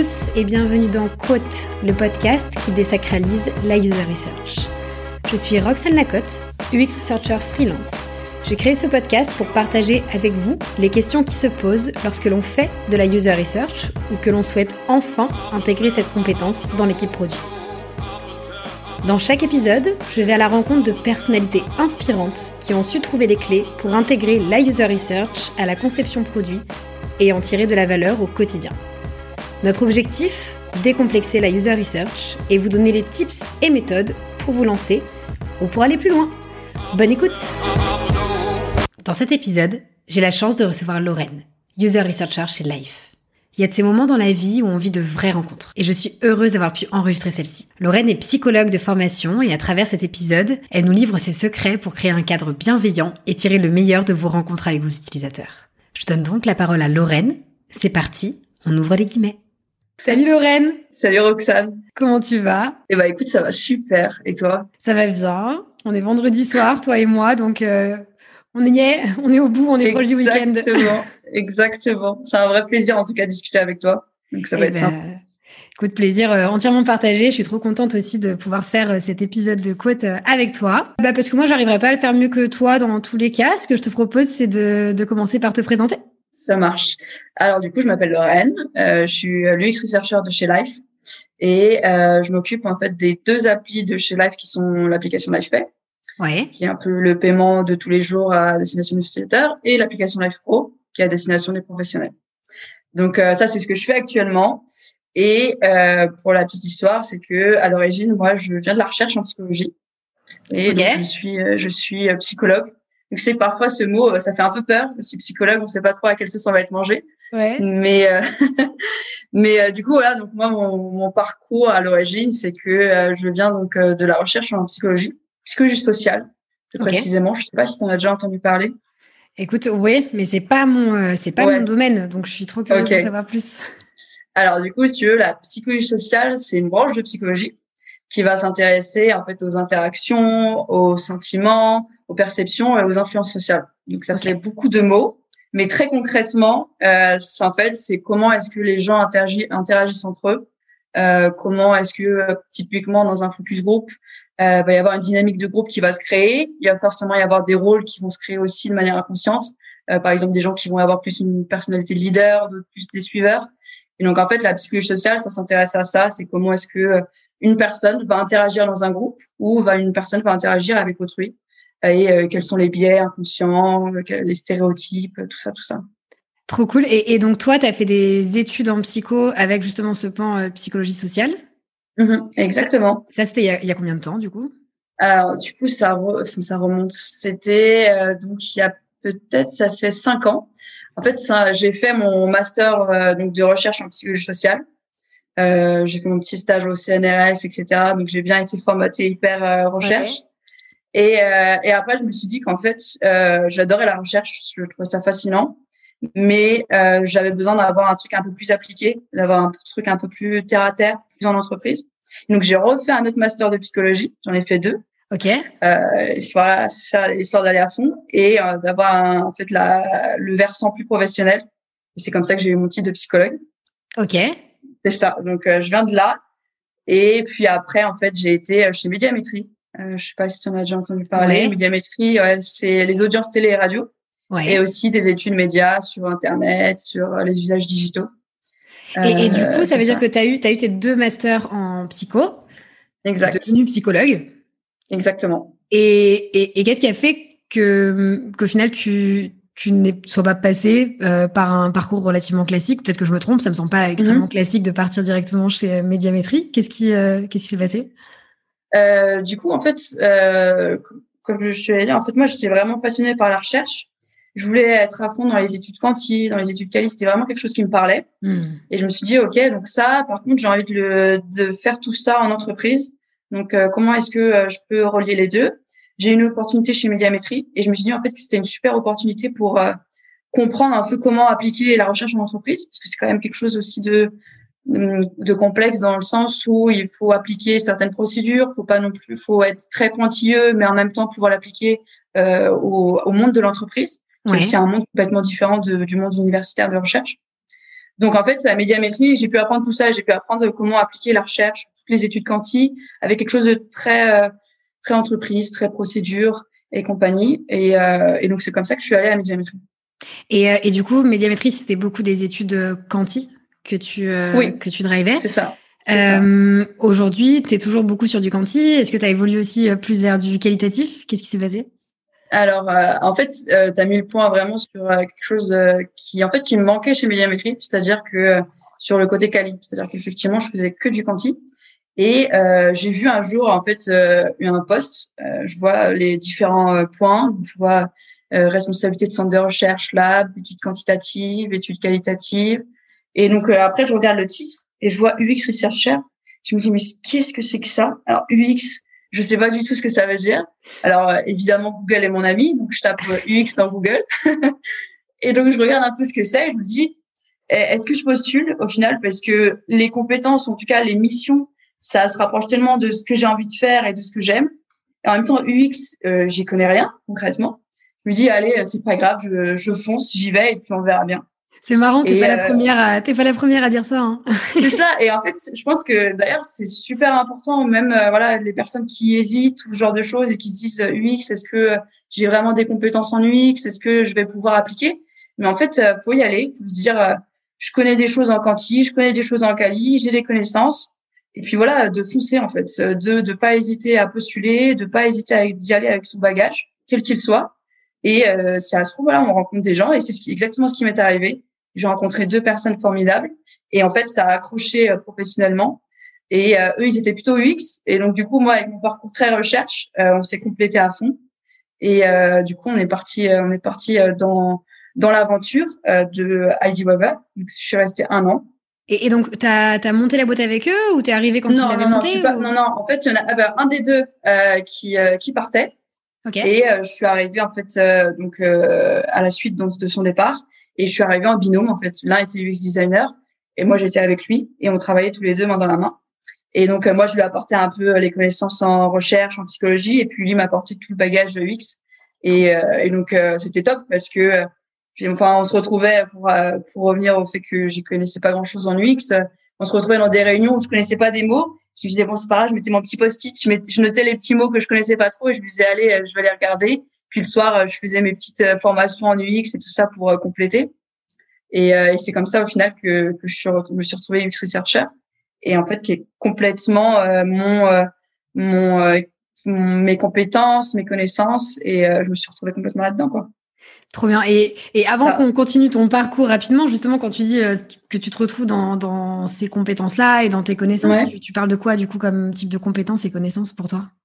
tous et bienvenue dans Quote, le podcast qui désacralise la user research. Je suis Roxane Lacotte, UX Researcher freelance. J'ai créé ce podcast pour partager avec vous les questions qui se posent lorsque l'on fait de la user research ou que l'on souhaite enfin intégrer cette compétence dans l'équipe produit. Dans chaque épisode, je vais à la rencontre de personnalités inspirantes qui ont su trouver les clés pour intégrer la user research à la conception produit et en tirer de la valeur au quotidien. Notre objectif, décomplexer la user research et vous donner les tips et méthodes pour vous lancer ou pour aller plus loin. Bonne écoute! Dans cet épisode, j'ai la chance de recevoir Lorraine, user researcher chez Life. Il y a de ces moments dans la vie où on vit de vraies rencontres et je suis heureuse d'avoir pu enregistrer celle-ci. Lorraine est psychologue de formation et à travers cet épisode, elle nous livre ses secrets pour créer un cadre bienveillant et tirer le meilleur de vos rencontres avec vos utilisateurs. Je donne donc la parole à Lorraine. C'est parti, on ouvre les guillemets. Salut Lorraine. Salut Roxane. Comment tu vas? Écoute, ça va super. Et toi? Ça va bien. On est vendredi soir, toi et moi, donc on est au bout, on est proche du week-end. Exactement. C'est un vrai plaisir en tout cas de discuter avec toi. Donc ça va être simple. Écoute, plaisir entièrement partagé. Je suis trop contente aussi de pouvoir faire cet épisode de Quote avec toi. Parce que moi, j'arriverai pas à le faire mieux que toi dans tous les cas. Ce que je te propose, c'est de commencer par te présenter. Ça marche. Alors du coup, je m'appelle Lorraine. Je suis l'UX Researcher de chez Life. Et je m'occupe en fait des deux applis de chez Life qui sont l'application LifePay, qui est un peu le paiement de tous les jours à destination des utilisateurs, et l'application Life Pro, qui est à destination des professionnels. Donc ça, c'est ce que je fais actuellement. Et pour la petite histoire, c'est que à l'origine, moi, je viens de la recherche en psychologie. Et donc, je suis psychologue. Donc, c'est parfois ce mot, ça fait un peu peur. Je suis psychologue, on ne sait pas trop à quelle sauce on va être mangé. Ouais. Mais du coup, voilà. Donc moi, mon parcours à l'origine, c'est que je viens donc de la recherche en psychologie sociale, plus précisément. Je ne sais pas si tu en as déjà entendu parler. Écoute, oui, mais c'est pas mon domaine, donc je suis trop curieuse de savoir plus. Alors du coup, si tu veux, la psychologie sociale, c'est une branche de psychologie qui va s'intéresser en fait aux interactions, aux sentiments, aux perceptions et aux influences sociales. Donc ça fait beaucoup de mots, mais très concrètement, c'est comment est-ce que les gens interagissent entre eux, comment est-ce que typiquement dans un focus group, va y avoir une dynamique de groupe qui va se créer. Il va forcément y avoir des rôles qui vont se créer aussi de manière inconsciente. Par exemple, des gens qui vont avoir plus une personnalité de leader, d'autres plus des suiveurs. Et donc, en fait, la psychologie sociale, ça s'intéresse à ça. C'est comment est-ce que une personne va interagir dans un groupe ou une personne va interagir avec autrui. Et quels sont les biais inconscients, les stéréotypes, tout ça. Trop cool. Et donc, toi, tu as fait des études en psycho avec justement ce pan psychologie sociale? Exactement. Ça, c'était il y a combien de temps, du coup? Alors, du coup, ça remonte. C'était donc il y a peut-être, ça fait 5 ans. En fait, j'ai fait mon master donc de recherche en psychologie sociale. J'ai fait mon petit stage au CNRS, etc. Donc, j'ai bien été formatée hyper recherche. Et après, je me suis dit qu'en fait, j'adorais la recherche, je trouvais ça fascinant, mais j'avais besoin d'avoir un truc un peu plus appliqué, d'avoir un truc un peu plus terre à terre, plus en entreprise. Donc, j'ai refait un autre master de psychologie, j'en ai fait 2. Voilà, c'est ça, l'histoire d'aller à fond et d'avoir en fait le versant plus professionnel. Et c'est comme ça que j'ai eu mon titre de psychologue. C'est ça. Donc, je viens de là. Et puis après, en fait, j'ai été chez Médiamétrie. Je sais pas si tu en as déjà entendu parler. Médiamétrie, c'est les audiences télé et radio. Et aussi des études médias sur Internet, sur les usages digitaux. Et du coup, ça veut dire que tu as eu tes 2 masters en psycho. Exact. Tu es devenue psychologue. Exactement. Et qu'est-ce qui a fait qu'au final, tu ne sois pas passé par un parcours relativement classique? Peut-être que je me trompe, ça me semble pas extrêmement classique de partir directement chez Médiamétrie. Qu'est-ce qui s'est passé? Du coup, en fait, comme je te l'ai dit, en fait, moi, j'étais vraiment passionnée par la recherche. Je voulais être à fond dans les études quanti, dans les études quali. C'était vraiment quelque chose qui me parlait. Et je me suis dit, OK, donc ça, par contre, j'ai envie de faire tout ça en entreprise. Donc, comment est-ce que je peux relier les deux? J'ai eu une opportunité chez Médiamétrie et je me suis dit, en fait, que c'était une super opportunité pour comprendre un peu comment appliquer la recherche en entreprise, parce que c'est quand même quelque chose aussi de complexe dans le sens où il faut appliquer certaines procédures, faut être très pointilleux, mais en même temps pouvoir l'appliquer au monde de l'entreprise, qui est aussi un monde complètement différent du monde universitaire de recherche. Donc, en fait, la médiamétrie, j'ai pu apprendre tout ça. J'ai pu apprendre comment appliquer la recherche, toutes les études quanti, avec quelque chose de très entreprise, très procédure et compagnie. Et donc, c'est comme ça que je suis allée à la médiamétrie. Et du coup, médiamétrie, c'était beaucoup des études quanti Oui, que tu drivais. c'est ça. C'est ça. Aujourd'hui, tu es toujours beaucoup sur du quanti. Est-ce que tu as évolué aussi plus vers du qualitatif? Qu'est-ce qui s'est passé? Alors, en fait, tu as mis le point vraiment sur quelque chose qui me manquait chez Médiamétrie, c'est-à-dire que sur le côté quali, c'est-à-dire qu'effectivement, je faisais que du quanti. Et j'ai vu un jour, en fait, un post, je vois les différents points, je vois responsabilité de centre de recherche, lab, études quantitatives, études qualitatives. Et donc, après, je regarde le titre et je vois UX Researcher. Je me dis, mais qu'est-ce que c'est que ça? Alors, UX, je sais pas du tout ce que ça veut dire. Alors, évidemment, Google est mon ami, donc je tape UX dans Google. Et donc, je regarde un peu ce que c'est et je me dis, est-ce que je postule au final? Parce que les compétences, en tout cas, les missions, ça se rapproche tellement de ce que j'ai envie de faire et de ce que j'aime. Et en même temps, UX, j'y connais rien, concrètement. Je me dis, allez, c'est pas grave, je fonce, j'y vais et puis on verra bien. C'est marrant, t'es pas la première à dire ça. Hein. C'est ça. Et en fait, je pense que d'ailleurs, c'est super important, même voilà, les personnes qui hésitent ou ce genre de choses et qui se disent UX, est-ce que j'ai vraiment des compétences en UX, est-ce que je vais pouvoir appliquer? Mais en fait, faut y aller, faut se dire, je connais des choses en quanti, je connais des choses en quali, j'ai des connaissances. Et puis voilà, de foncer en fait, de pas hésiter à postuler, de pas hésiter d'y aller avec son bagage, quel qu'il soit. Et ça se trouve voilà, on rencontre des gens et c'est exactement ce qui m'est arrivé. J'ai rencontré 2 personnes formidables et en fait, ça a accroché professionnellement. Et eux, ils étaient plutôt UX. Et donc, du coup, moi, avec mon parcours très recherche, on s'est complété à fond. Et du coup, on est parti dans l'aventure de ID Weaver. Donc, je suis restée 1 an. Et donc, t'as monté la boîte avec eux ou t'es arrivé quand ils l'avaient Non, monté je suis pas. Non. En fait, il y en avait un des deux qui partait. Okay. Et je suis arrivée en fait à la suite donc, de son départ. Et je suis arrivée en binôme en fait. L'un était UX designer et moi j'étais avec lui et on travaillait tous les deux main dans la main. Et donc moi je lui apportais un peu les connaissances en recherche, en psychologie et puis lui m'apportait tout le bagage de UX. Et donc c'était top parce que on se retrouvait pour revenir au fait que j'y connaissais pas grand chose en UX. On se retrouvait dans des réunions où je connaissais pas des mots. Je me disais bon c'est pas grave, je mettais mon petit post-it, je notais les petits mots que je connaissais pas trop et je me disais allez je vais les regarder. Puis le soir je faisais mes petites formations en UX et tout ça pour compléter. Et c'est comme ça au final que me suis retrouvée UX researcher et en fait qui est complètement mes compétences, mes connaissances et je me suis retrouvée complètement là-dedans quoi. Trop bien. Et avant qu'on continue ton parcours rapidement, justement, quand tu dis que tu te retrouves dans ces compétences-là et dans tes connaissances, Ouais. tu parles de quoi, du coup, comme type de compétences et connaissances pour toi?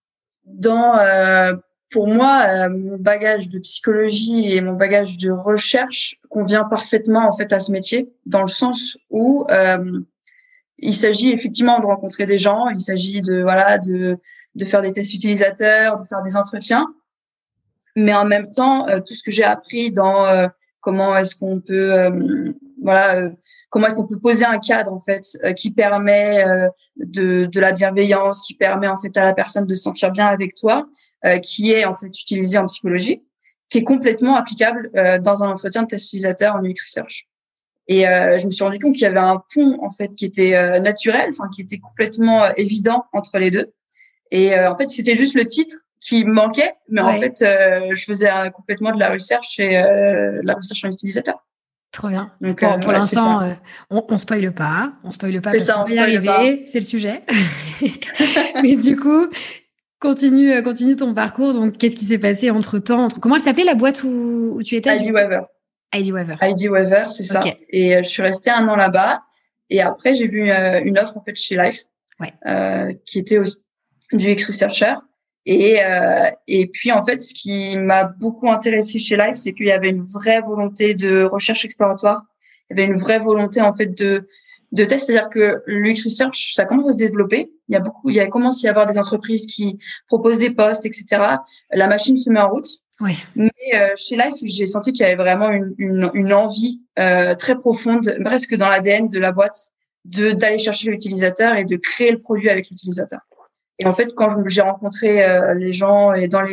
Pour moi, mon bagage de psychologie et mon bagage de recherche convient parfaitement en fait à ce métier, dans le sens où il s'agit effectivement de rencontrer des gens, il s'agit de faire des tests utilisateurs, de faire des entretiens. Mais en même temps, tout ce que j'ai appris dans comment est-ce qu'on peut comment est-ce qu'on peut poser un cadre en fait qui permet de la bienveillance, qui permet en fait à la personne de se sentir bien avec toi, qui est en fait utilisé en psychologie, qui est complètement applicable dans un entretien de test utilisateur en UX research. Et je me suis rendu compte qu'il y avait un pont en fait qui était naturel, enfin qui était complètement évident entre les deux. Et en fait, c'était juste le titre qui me manquait, mais en fait, je faisais complètement de la recherche et la recherche en utilisateur. Trop bien. Donc, pour l'instant, on spoile pas. On spoile pas c'est parce ça, qu'on on va y spoile pas. arriver. C'est le sujet. Mais du coup, continue ton parcours. Donc, qu'est-ce qui s'est passé entre-temps? Comment elle s'appelait la boîte où tu étais? ID Weaver. ID Weaver. ID Weaver, c'est ça. Okay. Et je suis restée 1 an là-bas. Et après, j'ai vu une offre en fait chez Life, qui était aussi du UX Researcher. Et puis, en fait, ce qui m'a beaucoup intéressée chez Life, c'est qu'il y avait une vraie volonté de recherche exploratoire. Il y avait une vraie volonté, en fait, de test. C'est-à-dire que l'UX Research, ça commence à se développer. Il commence à y avoir des entreprises qui proposent des postes, etc. La machine se met en route. Ouais. Mais chez Life, j'ai senti qu'il y avait vraiment une envie très profonde, presque dans l'ADN de la boîte, d'aller chercher l'utilisateur et de créer le produit avec l'utilisateur. Et en fait, quand j'ai rencontré les gens et dans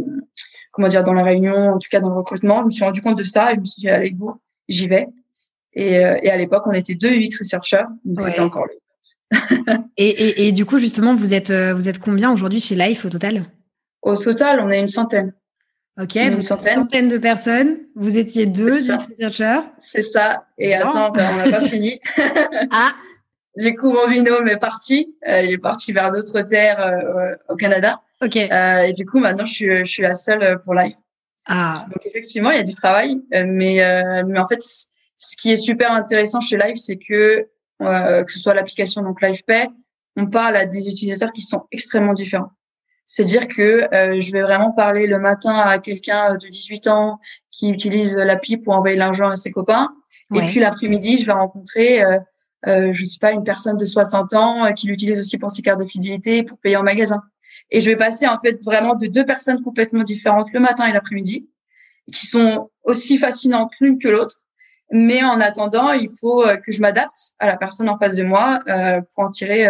la réunion, en tout cas dans le recrutement, je me suis rendu compte de ça et je me suis dit allez go, j'y vais. Et à l'époque, on était 2 UX researchers, donc c'était encore lui. Et du coup, justement, vous êtes combien aujourd'hui chez Life au total? Au total, on est une centaine. Ok, donc une centaine de personnes. Vous étiez 2 UX researchers. C'est ça. Et attends, on n'a pas fini. Ah. Du coup, mon binôme est parti. Il est parti vers d'autres terres au Canada. Ok. Et du coup, maintenant, je suis la seule pour Life. Ah. Donc, effectivement, il y a du travail. Mais en fait, ce qui est super intéressant chez Life, c'est que ce soit l'application, donc LifePay, on parle à des utilisateurs qui sont extrêmement différents. C'est-à-dire que je vais vraiment parler le matin à quelqu'un de 18 ans qui utilise l'appli pour envoyer de l'argent à ses copains. Et puis l'après-midi, je vais rencontrer, je sais pas, une personne de 60 ans qui l'utilise aussi pour ses cartes de fidélité pour payer en magasin. Et je vais passer en fait vraiment de 2 personnes complètement différentes le matin et l'après-midi, qui sont aussi fascinantes l'une que l'autre. Mais en attendant, il faut que je m'adapte à la personne en face de moi pour en tirer,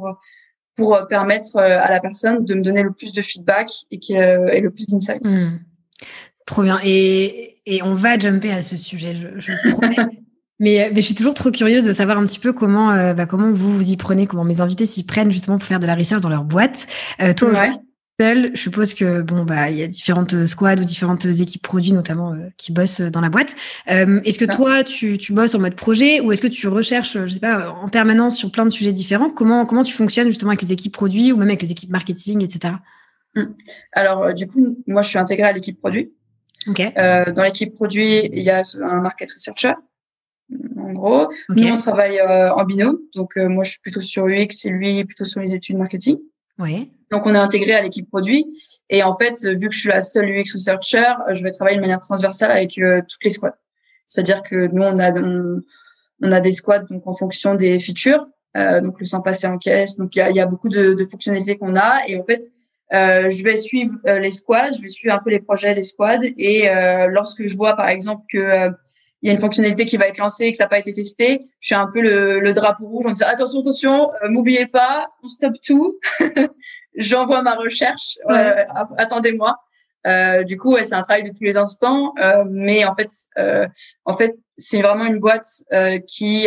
pour permettre à la personne de me donner le plus de feedback et le plus d'insight. Trop bien. Et on va jumper à ce sujet, je le promets. mais je suis toujours trop curieuse de savoir un petit peu comment vous y prenez, comment mes invités s'y prennent justement pour faire de la research dans leur boîte. Toi, aujourd'hui, seul, je suppose que il y a différentes squads ou différentes équipes produits notamment qui bossent dans la boîte. Est-ce que toi tu bosses en mode projet ou est-ce que tu recherches, je sais pas, en permanence sur plein de sujets différents? Comment tu fonctionnes justement avec les équipes produits ou même avec les équipes marketing, etc. Alors du coup, moi je suis intégrée à l'équipe produit. Okay. Dans l'équipe produit, il y a un market researcher. En gros, nous on travaille en binôme. Donc moi je suis plutôt sur UX et lui plutôt sur les études marketing. Ouais. Donc, on est intégré à l'équipe produit. Et en fait, vu que je suis la seule UX researcher, je vais travailler de manière transversale avec toutes les squads. C'est-à-dire que nous, on a des squads donc en fonction des features, donc le sans passer en caisse. Donc, il y a beaucoup de fonctionnalités qu'on a. Et en fait, je vais suivre les squads, je vais suivre un peu les projets des squads. Et lorsque je vois, par exemple, que il y a une fonctionnalité qui va être lancée et que ça n'a pas été testé, je suis un peu le drapeau rouge en disant attention, m'oubliez pas, on stoppe tout. J'envoie ma recherche, attendez-moi. Du coup, c'est un travail de tous les instants, mais en fait, c'est vraiment une boîte qui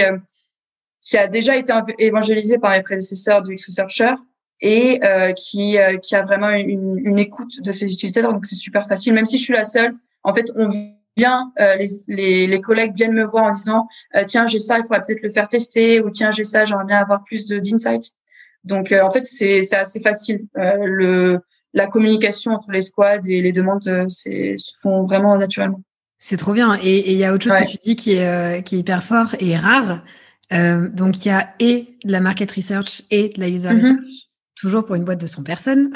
a déjà été évangélisée par mes prédécesseurs du UX Researcher et qui a vraiment une écoute de ses utilisateurs. Donc, c'est super facile. Même si je suis la seule, en fait, on vient, les collègues viennent me voir en disant tiens, j'ai ça, il faudrait peut-être le faire tester, ou tiens, j'ai ça, j'aimerais bien avoir plus d'insights. Donc, en fait, c'est assez facile. La communication entre les squads et les demandes se font vraiment naturellement. C'est trop bien. Et il y a autre chose que tu dis qui est hyper fort et rare. Donc, il y a et de la market research et de la user research, toujours pour une boîte de 100 personnes.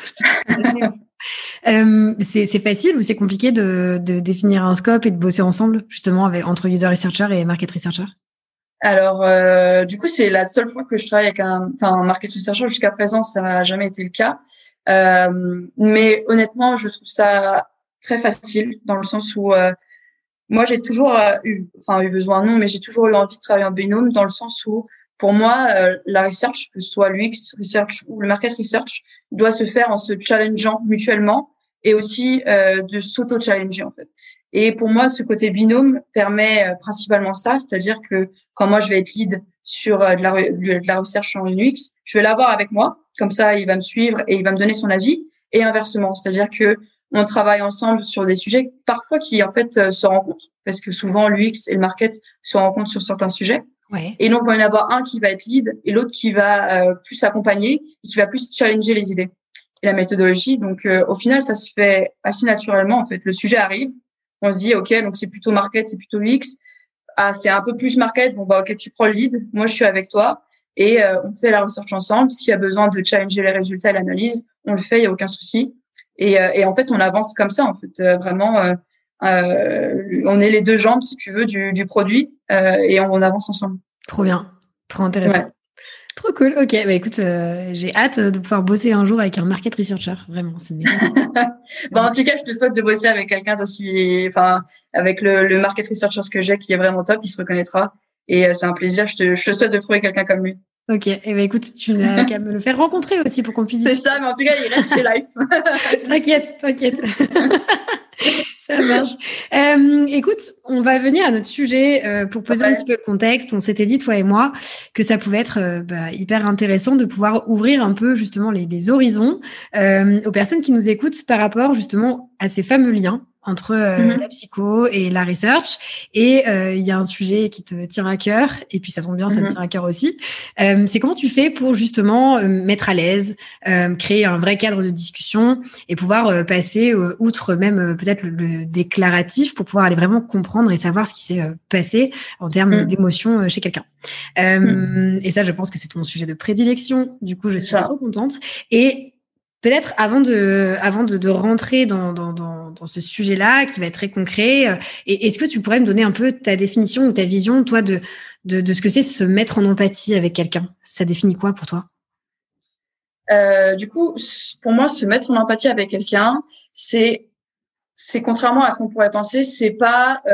C'est facile ou c'est compliqué de définir un scope et de bosser ensemble, justement, entre user researcher et market researcher? Alors, du coup, c'est la seule fois que je travaille avec un market researcher. Jusqu'à présent, ça n'a jamais été le cas. Mais honnêtement, je trouve ça très facile dans le sens où moi, j'ai toujours eu besoin, non, mais j'ai toujours eu envie de travailler en binôme dans le sens où, pour moi, la research, que ce soit l'UX research ou le market research, doit se faire en se challengeant mutuellement et aussi de s'auto-challenger, en fait. Et pour moi, ce côté binôme permet principalement ça, c'est-à-dire que quand moi, je vais être lead sur de la recherche en UX, je vais l'avoir avec moi. Comme ça, il va me suivre et il va me donner son avis. Et inversement, c'est-à-dire que on travaille ensemble sur des sujets parfois qui, en fait, se rencontrent. Parce que souvent, l'UX et le market se rencontrent sur certains sujets. Ouais. Et donc, il va y en avoir un qui va être lead et l'autre qui va plus accompagner et qui va plus challenger les idées et la méthodologie. Donc, au final, ça se fait assez naturellement. En fait, le sujet arrive. On se dit, OK, donc c'est plutôt market, c'est plutôt UX. Ah, c'est un peu plus market. Bon, OK, tu prends le lead. Moi, je suis avec toi. Et on fait la recherche ensemble. S'il y a besoin de challenger les résultats et l'analyse, on le fait, il n'y a aucun souci. Et en fait, on avance comme ça. En fait, vraiment, on est les deux jambes, si tu veux, du produit et on avance ensemble. Trop bien. Trop intéressant. Ouais. Trop cool. Ok, bah écoute, j'ai hâte de pouvoir bosser un jour avec un market researcher. Vraiment, c'est en tout cas, je te souhaite de bosser avec quelqu'un d'aussi, avec le market researcher que j'ai, qui est vraiment top, il se reconnaîtra. Et c'est un plaisir. Je te souhaite de trouver quelqu'un comme lui. Ok, et ben écoute, tu n'as qu'à me le faire rencontrer aussi pour qu'on puisse. C'est ça, mais en tout cas, il reste chez Life. T'inquiète. Ça marche. Écoute, on va venir à notre sujet pour poser un petit peu le contexte. On s'était dit, toi et moi, que ça pouvait être hyper intéressant de pouvoir ouvrir un peu justement les horizons aux personnes qui nous écoutent par rapport justement à ces fameux liens entre la psycho et la research. Et il y a un sujet qui te tient à cœur, et puis ça tombe bien, ça te tient à cœur aussi. C'est comment tu fais pour justement mettre à l'aise, créer un vrai cadre de discussion et pouvoir passer outre même peut-être le déclaratif pour pouvoir aller vraiment comprendre et savoir ce qui s'est passé en termes d'émotions chez quelqu'un. Et ça, je pense que c'est ton sujet de prédilection. Du coup, je suis trop contente. Et peut-être avant de rentrer dans ce sujet-là, qui va être très concret, est-ce que tu pourrais me donner un peu ta définition ou ta vision, toi, de ce que c'est se mettre en empathie avec quelqu'un? Ça définit quoi pour toi? Du coup, pour moi, se mettre en empathie avec quelqu'un, c'est contrairement à ce qu'on pourrait penser, c'est pas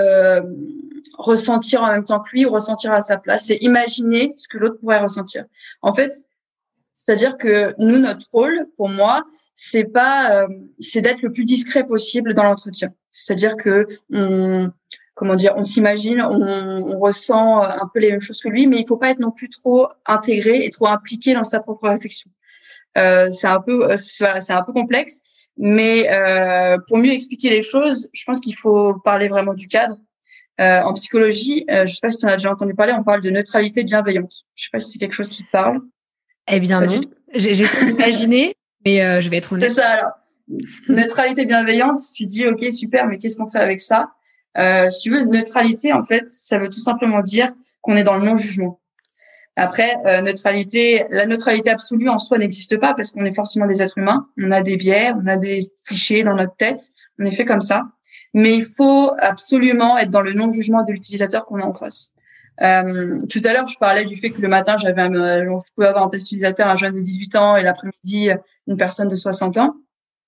ressentir en même temps que lui ou ressentir à sa place, c'est imaginer ce que l'autre pourrait ressentir. En fait, c'est-à-dire que nous, notre rôle, pour moi, c'est d'être le plus discret possible dans l'entretien. C'est-à-dire que on s'imagine, on ressent un peu les mêmes choses que lui, mais il faut pas être non plus trop intégré et trop impliqué dans sa propre réflexion. C'est un peu complexe, mais pour mieux expliquer les choses, je pense qu'il faut parler vraiment du cadre. En psychologie, je sais pas si tu en as déjà entendu parler, on parle de neutralité bienveillante. Je sais pas si c'est quelque chose qui te parle. Eh bien non, j'essaie d'imaginer, mais je vais être honnête. C'est ça, alors. Neutralité bienveillante, tu dis, ok, super, mais qu'est-ce qu'on fait avec ça? Si tu veux, neutralité, en fait, ça veut tout simplement dire qu'on est dans le non-jugement. Après, la neutralité absolue en soi n'existe pas parce qu'on est forcément des êtres humains. On a des biais, on a des clichés dans notre tête. On est fait comme ça. Mais il faut absolument être dans le non-jugement de l'utilisateur qu'on a en face. Tout à l'heure, je parlais du fait que le matin, on pouvait avoir en test utilisateur un jeune de 18 ans et l'après-midi, une personne de 60 ans.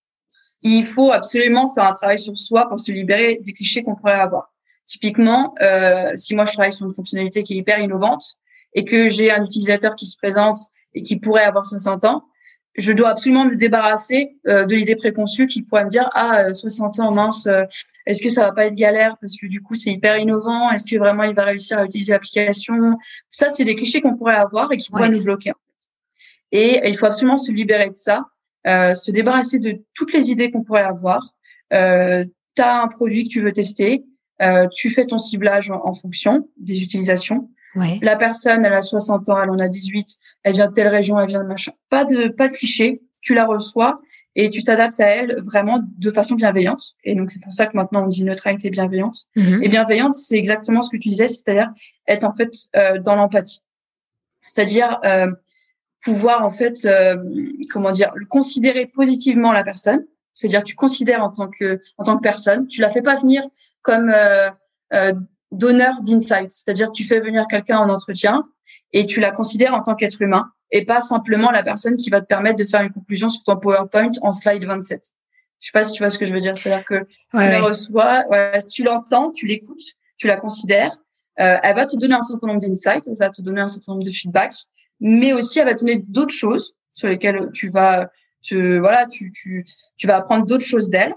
Il faut absolument faire un travail sur soi pour se libérer des clichés qu'on pourrait avoir. Typiquement, si moi je travaille sur une fonctionnalité qui est hyper innovante et que j'ai un utilisateur qui se présente et qui pourrait avoir 60 ans, je dois absolument me débarrasser de l'idée préconçue qui pourrait me dire 60 ans, mince, est-ce que ça va pas être galère parce que du coup c'est hyper innovant, est-ce que vraiment il va réussir à utiliser l'application? Ça, c'est des clichés qu'on pourrait avoir et qui pourraient nous bloquer. Et il faut absolument se libérer de ça, se débarrasser de toutes les idées qu'on pourrait avoir. T'as un produit que tu veux tester, tu fais ton ciblage en fonction des utilisations. Ouais. La personne, elle a 60 ans, elle en a 18, elle vient de telle région, elle vient de machin. Pas de cliché, tu la reçois et tu t'adaptes à elle vraiment de façon bienveillante. Et donc, c'est pour ça que maintenant, on dit neutralité bienveillante. Et bienveillante, c'est exactement ce que tu disais, c'est-à-dire être en fait dans l'empathie. C'est-à-dire pouvoir en fait, considérer positivement la personne. C'est-à-dire tu considères en tant que personne. Tu la fais pas venir comme donneur d'insights, c'est-à-dire que tu fais venir quelqu'un en entretien et tu la considères en tant qu'être humain et pas simplement la personne qui va te permettre de faire une conclusion sur ton PowerPoint en slide 27. Je sais pas si tu vois ce que je veux dire, c'est-à-dire que tu la reçois, tu l'entends, tu l'écoutes, tu la considères, elle va te donner un certain nombre d'insights, elle va te donner un certain nombre de feedback, mais aussi elle va te donner d'autres choses sur lesquelles tu vas apprendre d'autres choses d'elle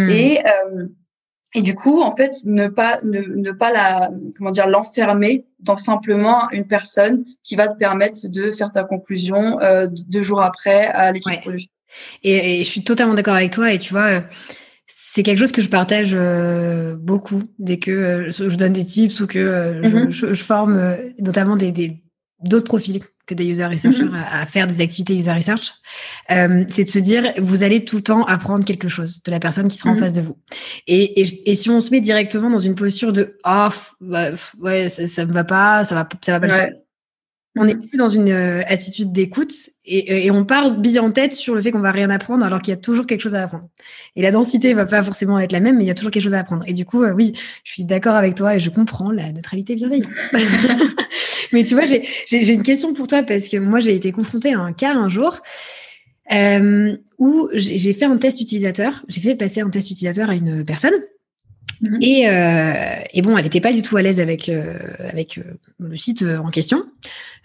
et du coup, en fait, ne pas l'enfermer dans simplement une personne qui va te permettre de faire ta conclusion 2 jours après à l'équipe produit. Et je suis totalement d'accord avec toi. Et tu vois, c'est quelque chose que je partage beaucoup dès que je donne des tips ou que je forme notamment d'autres profils que des user researchers à faire des activités user research, c'est de se dire, vous allez tout le temps apprendre quelque chose de la personne qui sera en face de vous. Et si on se met directement dans une posture de ça me va pas, ça va pas le faire. On n'est plus dans une attitude d'écoute et on part bille en tête sur le fait qu'on va rien apprendre alors qu'il y a toujours quelque chose à apprendre. Et la densité va pas forcément être la même, mais il y a toujours quelque chose à apprendre. Et du coup, oui, je suis d'accord avec toi et je comprends la neutralité bienveillante. Mais tu vois, j'ai une question pour toi parce que moi, j'ai été confrontée à un cas un jour où j'ai fait un test utilisateur. J'ai fait passer un test utilisateur à une personne. Et bon, elle n'était pas du tout à l'aise avec le site en question.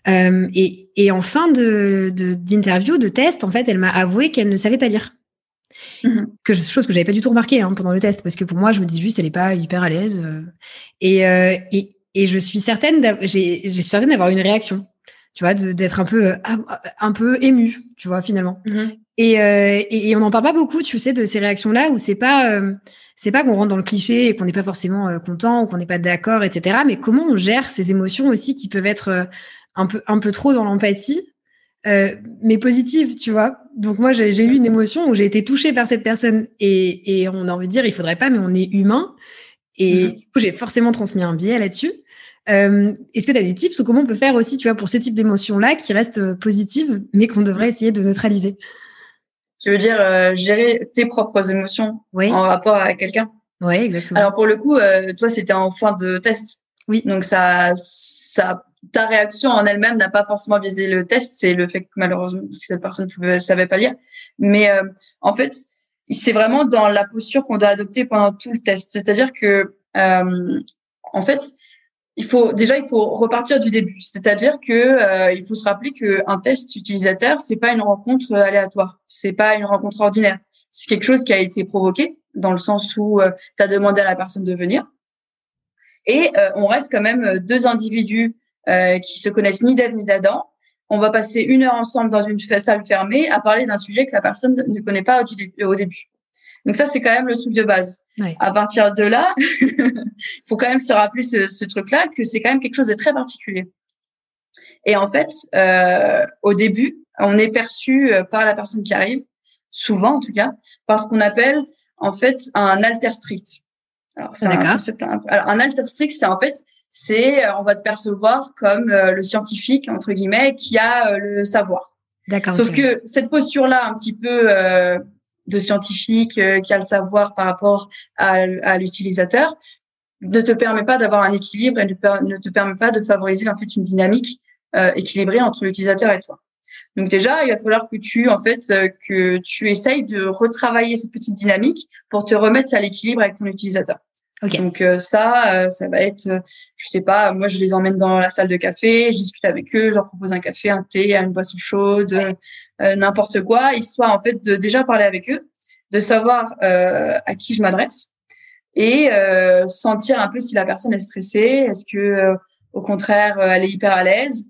Et en fin d'interview, de test, en fait, elle m'a avoué qu'elle ne savait pas lire. Chose que j'avais pas du tout remarqué pendant le test, parce que pour moi, je me dis juste, elle est pas hyper à l'aise. Et je suis certaine j'ai certaine d'avoir une réaction, tu vois, d'être un peu émue, tu vois, finalement. Et on n'en parle pas beaucoup, tu sais, de ces réactions-là où c'est pas qu'on rentre dans le cliché et qu'on n'est pas forcément content ou qu'on n'est pas d'accord, etc. Mais comment on gère ces émotions aussi qui peuvent être un peu trop dans l'empathie, mais positive, tu vois. Donc moi, j'ai eu une émotion où j'ai été touchée par cette personne et on a envie de dire, il faudrait pas, mais on est humain. Et du coup, j'ai forcément transmis un biais là-dessus. Est-ce que tu as des tips ou comment on peut faire aussi, tu vois, pour ce type d'émotion-là qui reste positive, mais qu'on devrait essayer de neutraliser? Tu veux dire gérer tes propres émotions en rapport avec quelqu'un? Oui, exactement. Alors pour le coup, toi, c'était en fin de test. Oui. Donc ta réaction en elle-même n'a pas forcément visé le test, c'est le fait que malheureusement cette personne savait pas lire. Mais en fait, c'est vraiment dans la posture qu'on doit adopter pendant tout le test. C'est-à-dire que en fait, il faut repartir du début. C'est-à-dire que il faut se rappeler qu'un test utilisateur, c'est pas une rencontre aléatoire, c'est pas une rencontre ordinaire. C'est quelque chose qui a été provoqué dans le sens où tu as demandé à la personne de venir. Et on reste quand même deux individus qui se connaissent ni d'Ève ni d'Adam. On va passer 1 heure ensemble dans une salle fermée à parler d'un sujet que la personne ne connaît pas au début. Donc ça, c'est quand même le truc de base. Ouais. À partir de là, il faut quand même se rappeler ce truc-là, que c'est quand même quelque chose de très particulier. Et en fait, au début, on est perçu par la personne qui arrive, souvent en tout cas, par ce qu'on appelle en fait un alter strict. Alors c'est un concept. Alors un alter strict, on va te percevoir comme le scientifique entre guillemets qui a le savoir. D'accord. Sauf que cette posture-là, un petit peu de scientifique qui a le savoir par rapport à l'utilisateur, ne te permet pas d'avoir un équilibre et ne te permet pas de favoriser en fait une dynamique équilibrée entre l'utilisateur et toi. Donc déjà, il va falloir que tu essayes de retravailler cette petite dynamique pour te remettre à l'équilibre avec ton utilisateur. Okay. Donc ça va être, je sais pas, moi je les emmène dans la salle de café, je discute avec eux, je leur propose un café, un thé, une boisson chaude, n'importe quoi, histoire en fait de déjà parler avec eux, de savoir à qui je m'adresse et sentir un peu si la personne est stressée, est-ce que au contraire elle est hyper à l'aise,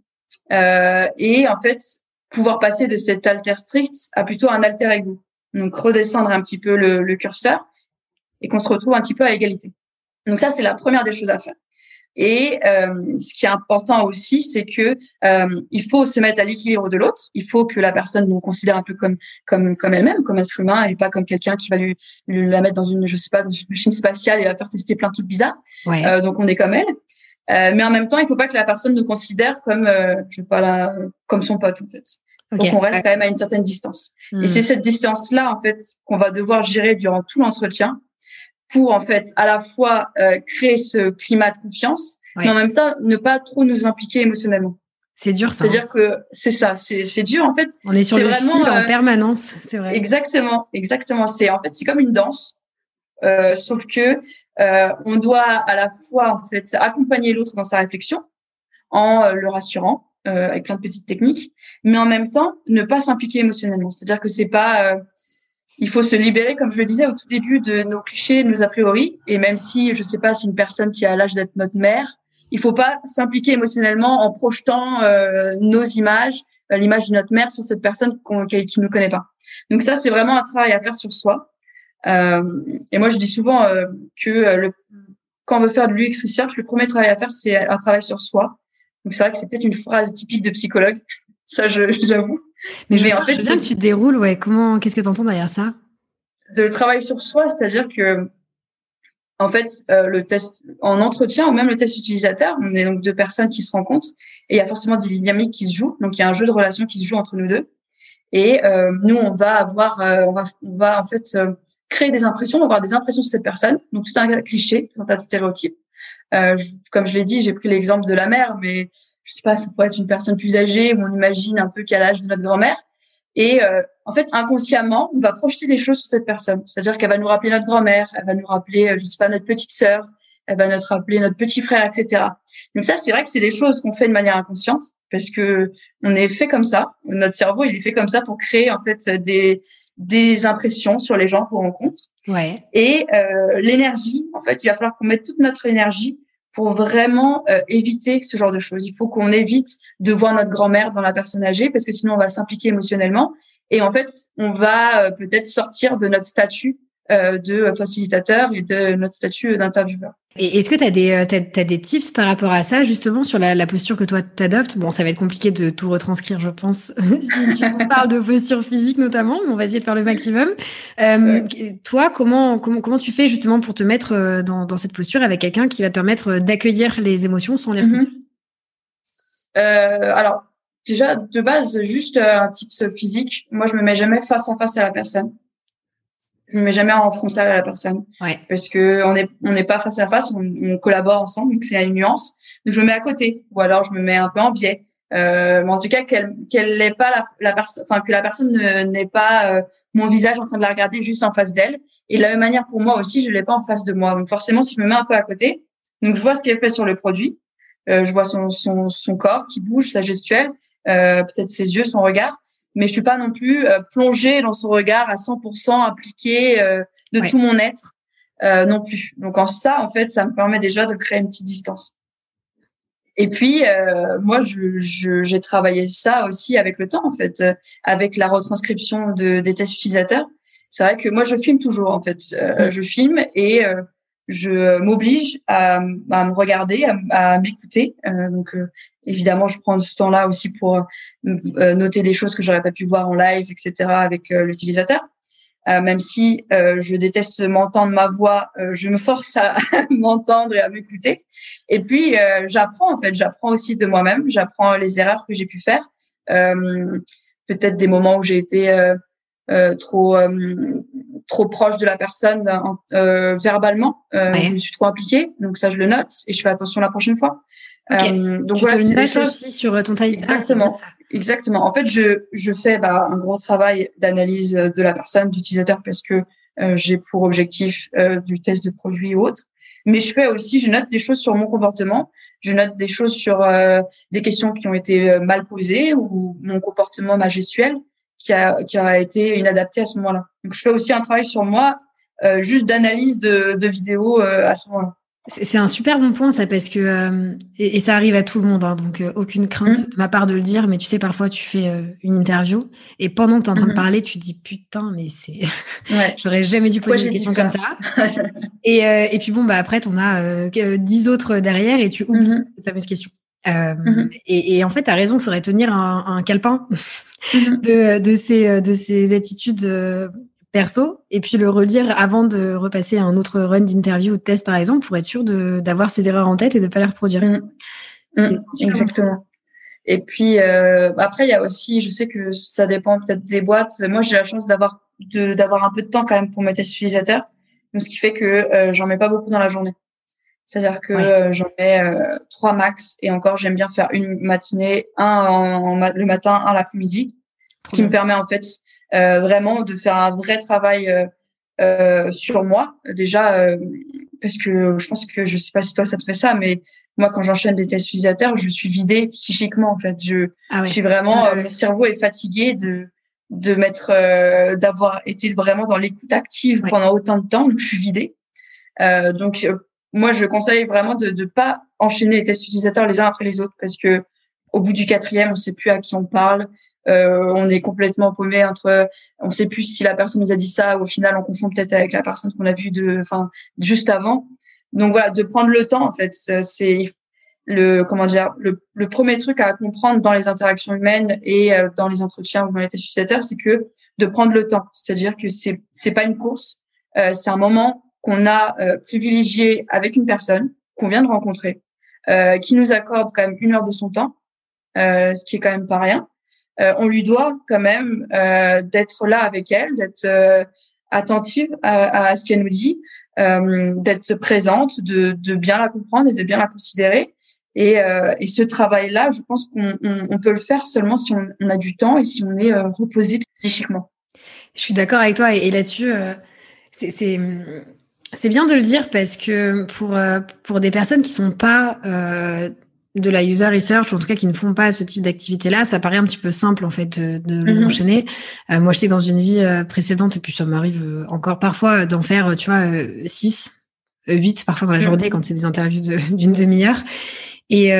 et en fait pouvoir passer de cet alter strict à plutôt un alter ego. Donc redescendre un petit peu le curseur et qu'on se retrouve un petit peu à égalité. Donc ça, c'est la première des choses à faire. Et ce qui est important aussi, c'est que il faut se mettre à l'équilibre de l'autre. Il faut que la personne nous considère un peu comme elle-même, comme être humain, et pas comme quelqu'un qui va la mettre dans une machine spatiale et la faire tester plein de trucs bizarres. Ouais. Donc on est comme elle. Mais en même temps, il faut pas que la personne nous considère comme comme son pote en fait. Okay. Donc on reste quand même à une certaine distance. Et c'est cette distance-là en fait qu'on va devoir gérer durant tout l'entretien pour en fait à la fois créer ce climat de confiance, mais en même temps ne pas trop nous impliquer émotionnellement. C'est dur ça. C'est-à-dire que c'est ça, c'est dur en fait. On est sur le fil en permanence, c'est vrai. Exactement. C'est comme une danse, sauf que on doit à la fois en fait accompagner l'autre dans sa réflexion en le rassurant avec plein de petites techniques, mais en même temps ne pas s'impliquer émotionnellement. C'est-à-dire que c'est pas il faut se libérer, comme je le disais au tout début, de nos clichés, de nos a priori. Et même si, je sais pas, c'est une personne qui a l'âge d'être notre mère, il faut pas s'impliquer émotionnellement en projetant nos images, l'image de notre mère sur cette personne qui ne connaît pas. Donc ça, c'est vraiment un travail à faire sur soi. Et moi, je dis souvent quand on veut faire de l'UX Research, le premier travail à faire, c'est un travail sur soi. Donc c'est vrai que c'est peut-être une phrase typique de psychologue. Ça, j'avoue. Mais en fait, je veux bien que tu déroules, qu'est-ce que tu entends derrière ça? De travail sur soi, c'est-à-dire que, en fait, le test en entretien ou même le test utilisateur, on est donc deux personnes qui se rencontrent et il y a forcément des dynamiques qui se jouent. Donc, il y a un jeu de relations qui se joue entre nous deux. Et nous, on va en fait créer des impressions, on va avoir des impressions sur cette personne. Donc, tout un cliché, tout un tas de stéréotypes. Comme je l'ai dit, j'ai pris l'exemple de la mère, mais je sais pas, ça pourrait être une personne plus âgée où on imagine un peu qu'à l'âge de notre grand-mère. Et en fait, inconsciemment, on va projeter des choses sur cette personne. C'est-à-dire qu'elle va nous rappeler notre grand-mère, elle va nous rappeler, je sais pas, notre petite sœur, elle va nous rappeler notre petit frère, etc. Donc ça, c'est vrai que c'est des choses qu'on fait de manière inconsciente parce que on est fait comme ça. Notre cerveau, il est fait comme ça pour créer en fait des des impressions sur les gens qu'on rencontre. Ouais. Et l'énergie, en fait, il va falloir qu'on mette toute notre énergie pour vraiment éviter ce genre de choses. Il faut qu'on évite de voir notre grand-mère dans la personne âgée parce que sinon on va s'impliquer émotionnellement et en fait on va peut-être sortir de notre statut de facilitateur et de notre statut d'intervieweur. Et est-ce que t'as des tips par rapport à ça, justement, sur la posture que toi t'adoptes? Bon, ça va être compliqué de tout retranscrire, je pense, si tu parles de posture physique notamment, mais on va essayer de faire le maximum. Toi, comment tu fais justement pour te mettre dans cette posture avec quelqu'un qui va te permettre d'accueillir les émotions sans les ressentir? Alors, déjà, de base, juste un tips physique. Moi, je me mets jamais face à face à la personne. Je me mets jamais en frontal à la personne. Ouais. Parce que on n'est pas face à face, on collabore ensemble, donc c'est une nuance. Donc je me mets à côté, ou alors je me mets un peu en biais. Mais en tout cas, qu'elle n'ait pas la personne, enfin que la personne n'ait pas mon visage en train de la regarder juste en face d'elle. Et de la même manière pour moi aussi, je l'ai pas en face de moi. Donc forcément, si je me mets un peu à côté, donc je vois ce qu'elle fait sur le produit, je vois son corps qui bouge, sa gestuelle, peut-être ses yeux, son regard. Mais je suis pas non plus plongée dans son regard à 100% impliquée de tout mon être non plus. Donc en ça, en fait, ça me permet déjà de créer une petite distance. Et puis moi, j'ai travaillé ça aussi avec le temps, en fait, avec la retranscription des tests utilisateurs. C'est vrai que moi, je filme toujours, en fait. Je filme et je m'oblige à me regarder, à m'écouter. Donc évidemment, je prends ce temps-là aussi pour noter des choses que j'aurais pas pu voir en live, etc. avec l'utilisateur. Même si je déteste m'entendre ma voix, je me force à m'entendre et à m'écouter. Et puis j'apprends aussi de moi-même, j'apprends les erreurs que j'ai pu faire, peut-être des moments où j'ai été trop proche de la personne verbalement, je me suis trop impliquée, donc ça je le note et je fais attention la prochaine fois. Okay. Donc tu voilà, te c'est le des notes choses aussi sur ton taille. exactement. Exactement. En fait, je fais un gros travail d'analyse de la personne, d'utilisateur, parce que j'ai pour objectif du test de produit ou autre. Mais je note des choses sur mon comportement, je note des choses sur des questions qui ont été mal posées ou mon comportement, ma gestuelle qui a été inadapté à ce moment-là. Donc, je fais aussi un travail sur moi, juste d'analyse de vidéos à ce moment-là. C'est un super bon point, ça, parce que et ça arrive à tout le monde, hein, donc aucune crainte de ma part de le dire, mais tu sais, parfois tu fais une interview et pendant que tu es en train de parler, tu te dis putain, mais c'est j'aurais jamais dû poser une question comme ça. Et puis bon, après, t'en as 10 autres derrière et tu oublies cette fameuse question. Et en fait, tu as raison, il faudrait tenir un calepin de ces attitudes perso, et puis le relire avant de repasser à un autre run d'interview ou de test, par exemple, pour être sûr d'avoir ces erreurs en tête et de ne pas les reproduire. Exactement. Et puis, après, il y a aussi, je sais que ça dépend peut-être des boîtes. Moi, j'ai la chance d'avoir un peu de temps quand même pour mes tests utilisateurs. Donc, ce qui fait que j'en mets pas beaucoup dans la journée. C'est-à-dire que j'en mets 3 max. Et encore, j'aime bien faire une matinée, le matin, un l'après-midi. Ce qui me permet, en fait, vraiment de faire un vrai travail sur moi. Déjà, parce que je pense que, je sais pas si toi, ça te fait ça, mais moi, quand j'enchaîne des tests utilisateurs, je suis vidée psychiquement, en fait. Je suis vraiment, mon cerveau est fatigué d'avoir été vraiment dans l'écoute active pendant autant de temps, donc je suis vidée. Donc, moi, je conseille vraiment de pas enchaîner les tests utilisateurs les uns après les autres, parce que au bout du 4e, on sait plus à qui on parle. On est complètement paumé on sait plus si la personne nous a dit ça ou au final on confond peut-être avec la personne qu'on a vue juste avant. Donc voilà, de prendre le temps, en fait, c'est le premier truc à comprendre dans les interactions humaines et dans les entretiens ou dans les tests utilisateurs, c'est que de prendre le temps. C'est-à-dire que c'est pas une course, c'est un moment qu'on a privilégié avec une personne qu'on vient de rencontrer, qui nous accorde quand même 1 heure de son temps, ce qui est quand même pas rien. On lui doit quand même d'être là avec elle, d'être attentive à ce qu'elle nous dit, d'être présente, de bien la comprendre et de bien la considérer. Et ce travail-là, je pense qu'on peut le faire seulement si on a du temps et si on est reposé psychiquement. Je suis d'accord avec toi et là-dessus, c'est bien de le dire parce que pour des personnes qui sont pas de la user research, ou en tout cas qui ne font pas ce type d'activité-là, ça paraît un petit peu simple en fait de les enchaîner. Moi, je sais que dans une vie précédente, et puis ça m'arrive encore parfois d'en faire, tu vois, 6, 8 parfois dans la journée quand c'est des interviews d'une demi-heure. Et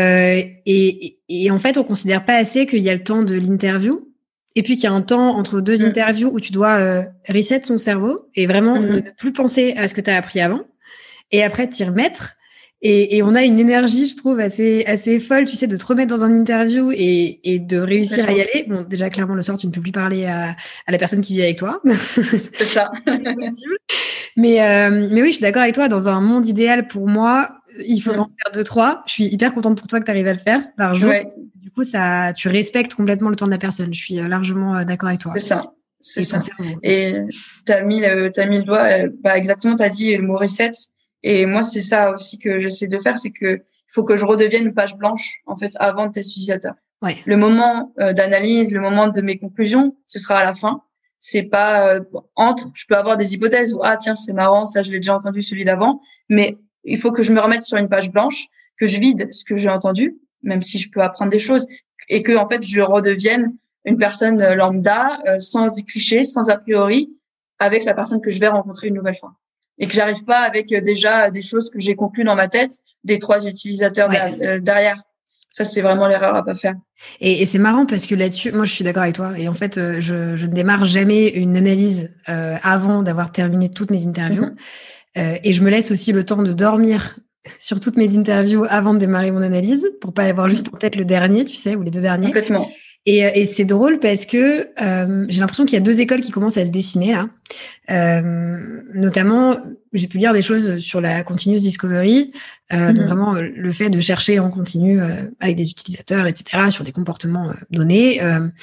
en fait, on considère pas assez qu'il y a le temps de l'interview. Et puis qu'il y a un temps entre deux interviews où tu dois reset son cerveau et vraiment ne plus penser à ce que tu as appris avant. Et après, t'y remettre. Et on a une énergie, je trouve, assez folle, tu sais, de te remettre dans un interview et de réussir à y aller. Bon, déjà, clairement, le soir, tu ne peux plus parler à la personne qui vit avec toi. C'est ça. C'est possible. Mais oui, je suis d'accord avec toi. Dans un monde idéal, pour moi, il faudrait en faire 2-3. Je suis hyper contente pour toi que tu arrives à le faire par jour. Ouais. Du coup, tu respectes complètement le temps de la personne. Je suis largement d'accord avec toi. C'est ça. C'est ça. Et t'as mis le doigt, exactement, t'as dit le mot reset. Et moi, c'est ça aussi que j'essaie de faire, c'est que il faut que je redevienne une page blanche, en fait, avant de test utilisateur. Ouais. Le moment d'analyse, le moment de mes conclusions, ce sera à la fin. C'est pas je peux avoir des hypothèses où, tiens, c'est marrant, ça, je l'ai déjà entendu, celui d'avant. Mais il faut que je me remette sur une page blanche, que je vide ce que j'ai entendu, même si je peux apprendre des choses, et que, en fait, je redevienne une personne lambda, sans clichés, sans a priori, avec la personne que je vais rencontrer une nouvelle fois. Et que j'arrive pas avec déjà des choses que j'ai conclues dans ma tête des 3 utilisateurs derrière. Ça, c'est vraiment l'erreur à pas faire. Et c'est marrant parce que là-dessus, moi, je suis d'accord avec toi. Et en fait, je ne démarre jamais une analyse avant d'avoir terminé toutes mes interviews. Et je me laisse aussi le temps de dormir sur toutes mes interviews avant de démarrer mon analyse pour pas avoir juste en tête le dernier, tu sais, ou les 2 derniers. Complètement. Et c'est drôle parce que j'ai l'impression qu'il y a 2 écoles qui commencent à se dessiner là. Notamment, j'ai pu lire des choses sur la continuous discovery, donc vraiment le fait de chercher en continu avec des utilisateurs, etc., sur des comportements donnés.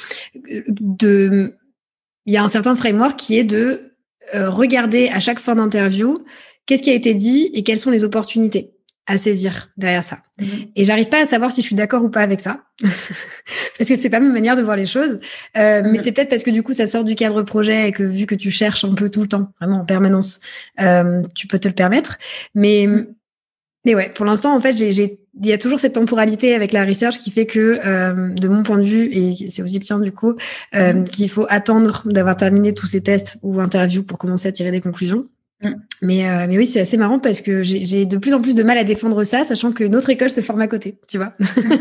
Il y a un certain framework qui est de regarder à chaque fin d'interview qu'est-ce qui a été dit et quelles sont les opportunités à saisir derrière ça. Et j'arrive pas à savoir si je suis d'accord ou pas avec ça. Parce que c'est pas ma manière de voir les choses. Mais c'est peut-être parce que du coup, ça sort du cadre projet et que vu que tu cherches un peu tout le temps, vraiment en permanence, tu peux te le permettre. Mais ouais, pour l'instant, en fait, il y a toujours cette temporalité avec la research qui fait que, de mon point de vue, et c'est aussi le tien du coup, qu'il faut attendre d'avoir terminé tous ces tests ou interviews pour commencer à tirer des conclusions. Mais oui, c'est assez marrant parce que j'ai de plus en plus de mal à défendre ça, sachant que notre école se forme à côté, tu vois.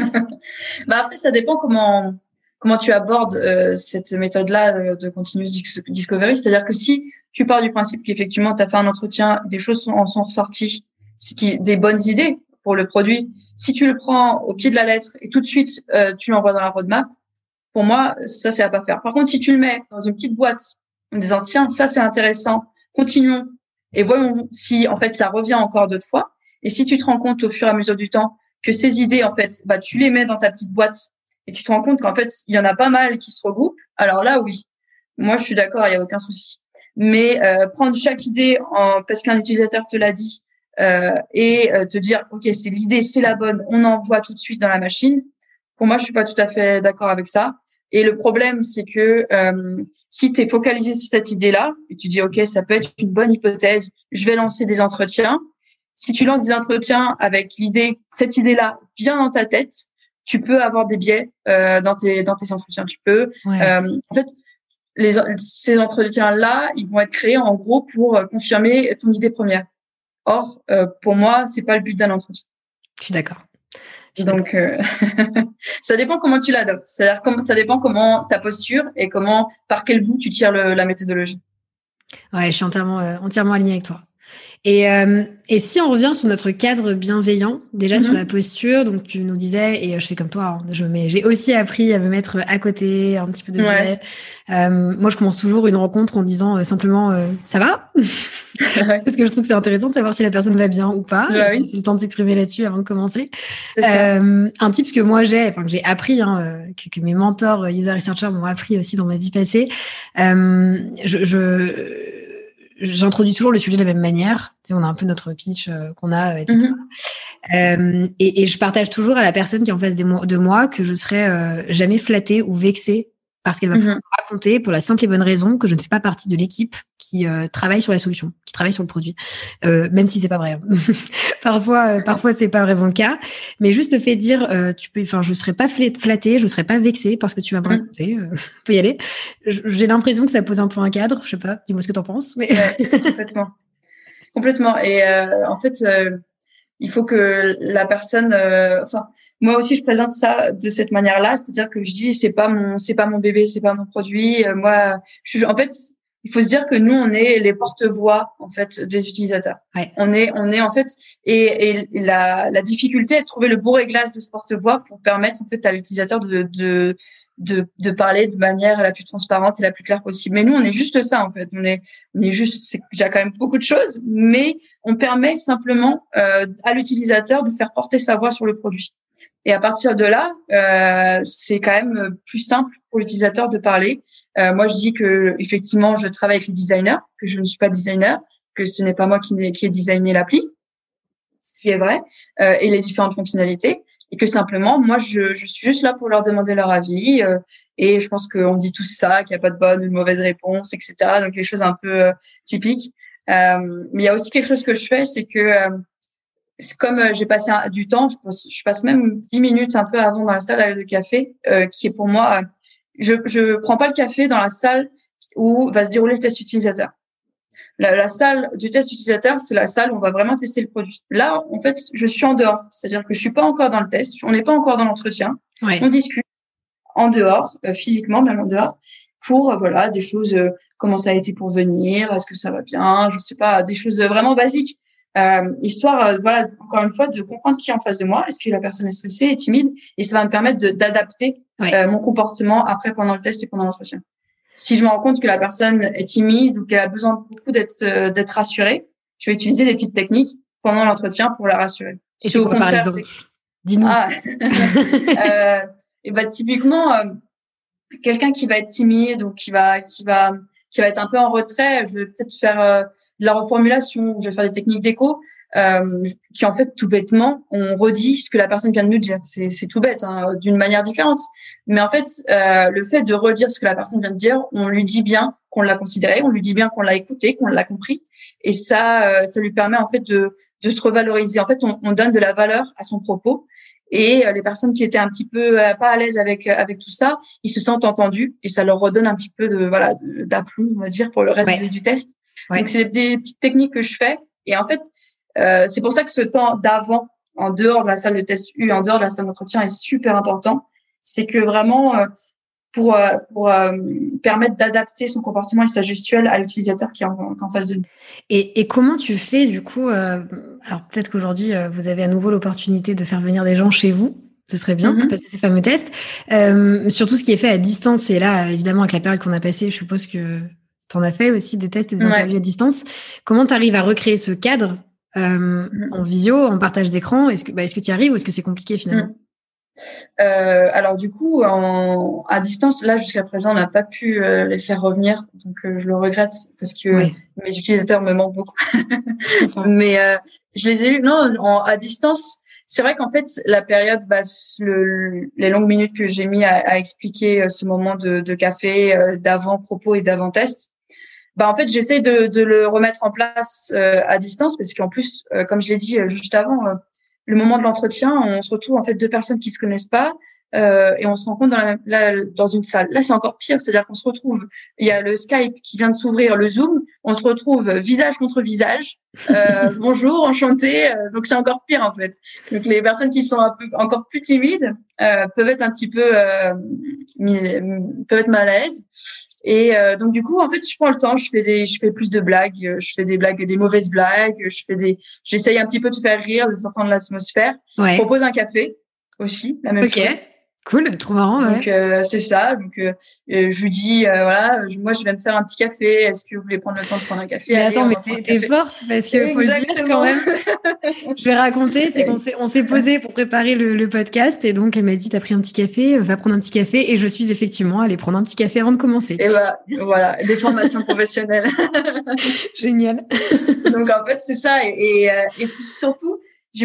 Après, ça dépend comment tu abordes cette méthode-là de continuous discovery. C'est-à-dire que si tu pars du principe qu'effectivement, tu as fait un entretien, des choses en sont ressorties, des bonnes idées pour le produit, si tu le prends au pied de la lettre et tout de suite, tu l'envoies dans la roadmap, pour moi, ça, c'est à pas faire. Par contre, si tu le mets dans une petite boîte en disant, tiens, ça, c'est intéressant, continuons, et voyons si, en fait, ça revient encore 2 fois. Et si tu te rends compte au fur et à mesure du temps que ces idées, en fait, tu les mets dans ta petite boîte et tu te rends compte qu'en fait, il y en a pas mal qui se regroupent. Alors là, oui. Moi, je suis d'accord, il y a aucun souci. Mais, prendre chaque idée parce qu'un utilisateur te l'a dit, et te dire, OK, c'est l'idée, c'est la bonne, on envoie tout de suite dans la machine. Pour moi, je suis pas tout à fait d'accord avec ça. Et le problème, c'est que si tu es focalisé sur cette idée-là, et tu dis, OK, ça peut être une bonne hypothèse, je vais lancer des entretiens. Si tu lances des entretiens avec cette idée-là bien dans ta tête, tu peux avoir des biais dans tes entretiens. Tu peux, en fait, ces entretiens-là, ils vont être créés en gros pour confirmer ton idée première. Or, pour moi, c'est pas le but d'un entretien. Je suis d'accord. Donc, ça dépend comment tu l'adoptes. C'est-à-dire ça dépend comment ta posture et par quel bout tu tires la méthodologie. Ouais, je suis entièrement alignée avec toi. Et si on revient sur notre cadre bienveillant, déjà sur la posture, donc tu nous disais, et je fais comme toi, j'ai aussi appris à me mettre à côté, un petit peu de biais. Moi, je commence toujours une rencontre en disant simplement ça va parce que je trouve que c'est intéressant de savoir si la personne va bien ou pas. Oui. C'est le temps de s'exprimer là-dessus avant de commencer. C'est ça. Un tip que moi que j'ai appris, que mes mentors user researchers m'ont appris aussi dans ma vie passée, j'introduis toujours le sujet de la même manière. Tu sais, on a un peu notre pitch qu'on a, etc. Et je partage toujours à la personne qui est en face de moi que je serai jamais flattée ou vexée parce qu'elle va pouvoir me raconter pour la simple et bonne raison que je ne fais pas partie de l'équipe qui travaille sur la solution, qui travaille sur le produit, même si c'est pas vrai. Parfois c'est pas vraiment le cas, mais juste le fait de dire, je serai pas flattée, je serai pas vexée parce que tu vas me raconter, on peut y aller. J'ai l'impression que ça pose un peu un cadre, je sais pas, dis-moi ce que t'en penses. Mais... Complètement. Et en fait, il faut que la personne, moi aussi je présente ça de cette manière-là, c'est-à-dire que je dis c'est pas mon bébé, c'est pas mon produit. En fait, il faut se dire que nous on est les porte-voix en fait des utilisateurs. Ouais. On est en fait et la difficulté est de trouver le bon réglage de ce porte-voix pour permettre en fait à l'utilisateur de parler de manière la plus transparente et la plus claire possible. Mais nous, on est juste ça, en fait. On est juste, c'est déjà quand même beaucoup de choses, mais on permet simplement à l'utilisateur de faire porter sa voix sur le produit. Et à partir de là, c'est quand même plus simple pour l'utilisateur de parler. Moi, je dis que effectivement, je travaille avec les designers, que je ne suis pas designer, que ce n'est pas moi qui ai designé l'appli, ce qui est vrai, et les différentes fonctionnalités. Et que simplement, moi, je suis juste là pour leur demander leur avis. Et je pense qu'on dit tous ça, qu'il n'y a pas de bonne ou de mauvaise réponse, etc. Donc, les choses un peu typiques. Mais il y a aussi quelque chose que je fais, c'est que c'est comme j'ai passé du temps, je passe même 10 minutes un peu avant dans la salle de café, qui est pour moi, je prends pas le café dans la salle où va se dérouler le test utilisateur. La salle du test utilisateur, c'est la salle où on va vraiment tester le produit. Là, en fait, je suis en dehors. C'est-à-dire que je suis pas encore dans le test. On n'est pas encore dans l'entretien. Ouais. On discute en dehors, physiquement, même en dehors, pour, des choses, comment ça a été pour venir, est-ce que ça va bien, je sais pas, des choses vraiment basiques. Histoire, encore une fois, de comprendre qui est en face de moi. Est-ce que la personne est stressée, est timide? Et ça va me permettre d'adapter mon comportement après, pendant le test et pendant l'entretien. Si je me rends compte que la personne est timide ou qu'elle a besoin beaucoup d'être rassurée, je vais utiliser des petites techniques pendant l'entretien pour la rassurer. Et c'est quoi, par exemple? Dis-nous. Typiquement, quelqu'un qui va être timide ou qui va être un peu en retrait, je vais peut-être faire de la reformulation, je vais faire des techniques d'écho. Qui en fait tout bêtement on redit ce que la personne vient de nous dire, c'est tout bête, hein, d'une manière différente, mais en fait le fait de redire ce que la personne vient de dire, on lui dit bien qu'on l'a considéré, on lui dit bien qu'on l'a écouté, qu'on l'a compris, et ça lui permet en fait de se revaloriser. En fait on donne de la valeur à son propos, et les personnes qui étaient un petit peu pas à l'aise avec tout ça, ils se sentent entendus et ça leur redonne un petit peu d'aplomb, on va dire, pour le reste du test. Donc c'est des petites techniques que je fais, et en fait c'est pour ça que ce temps d'avant, en dehors de la salle de test U, en dehors de la salle d'entretien, est super important. C'est que vraiment, pour permettre d'adapter son comportement et sa gestuelle à l'utilisateur qui est en face de nous. Et comment tu fais, du coup, alors peut-être qu'aujourd'hui, vous avez à nouveau l'opportunité de faire venir des gens chez vous. Ce serait bien pour passer ces fameux tests. Surtout ce qui est fait à distance. Et là, évidemment, avec la période qu'on a passée, je suppose que tu en as fait aussi des tests et des interviews à distance. Comment tu arrives à recréer ce cadre en visio, en partage d'écran? Est-ce que tu y arrives ou est-ce que c'est compliqué finalement? Alors du coup, à distance, là jusqu'à présent, on n'a pas pu les faire revenir, donc je le regrette parce que mes utilisateurs me manquent beaucoup. Mais je les ai eu à distance. C'est vrai qu'en fait, la période, les longues minutes que j'ai mis à expliquer ce moment de café, d'avant-propos et d'avant-test, en fait, j'essaie de le remettre en place à distance parce qu'en plus, comme je l'ai dit juste avant, le moment de l'entretien, on se retrouve en fait deux personnes qui se connaissent pas et on se rencontre dans une salle. Là, c'est encore pire, c'est-à-dire qu'on se retrouve, il y a le Skype qui vient de s'ouvrir, le Zoom, on se retrouve visage contre visage. Bonjour, enchanté. Donc c'est encore pire en fait. Donc les personnes qui sont encore plus timides peuvent être un petit peu peuvent être mal à l'aise. Et donc du coup en fait je prends le temps, je fais plus de blagues, je fais des blagues, des mauvaises blagues, j'essaye un petit peu de faire rire, de sortir de l'atmosphère. Je propose un café aussi, la même chose. Cool, trop marrant. Donc c'est ça. Donc je lui dis moi je viens de faire un petit café. Est-ce que vous voulez prendre le temps de prendre un café? Mais attends, mais t'es forte parce que faut le dire quand même. Je vais raconter, c'est qu'on s'est posé pour préparer le podcast et donc elle m'a dit t'as pris un petit café, va prendre un petit café et je suis effectivement allée prendre un petit café avant de commencer. Et voilà, des formations professionnelles. Génial. Donc en fait c'est ça et puis surtout je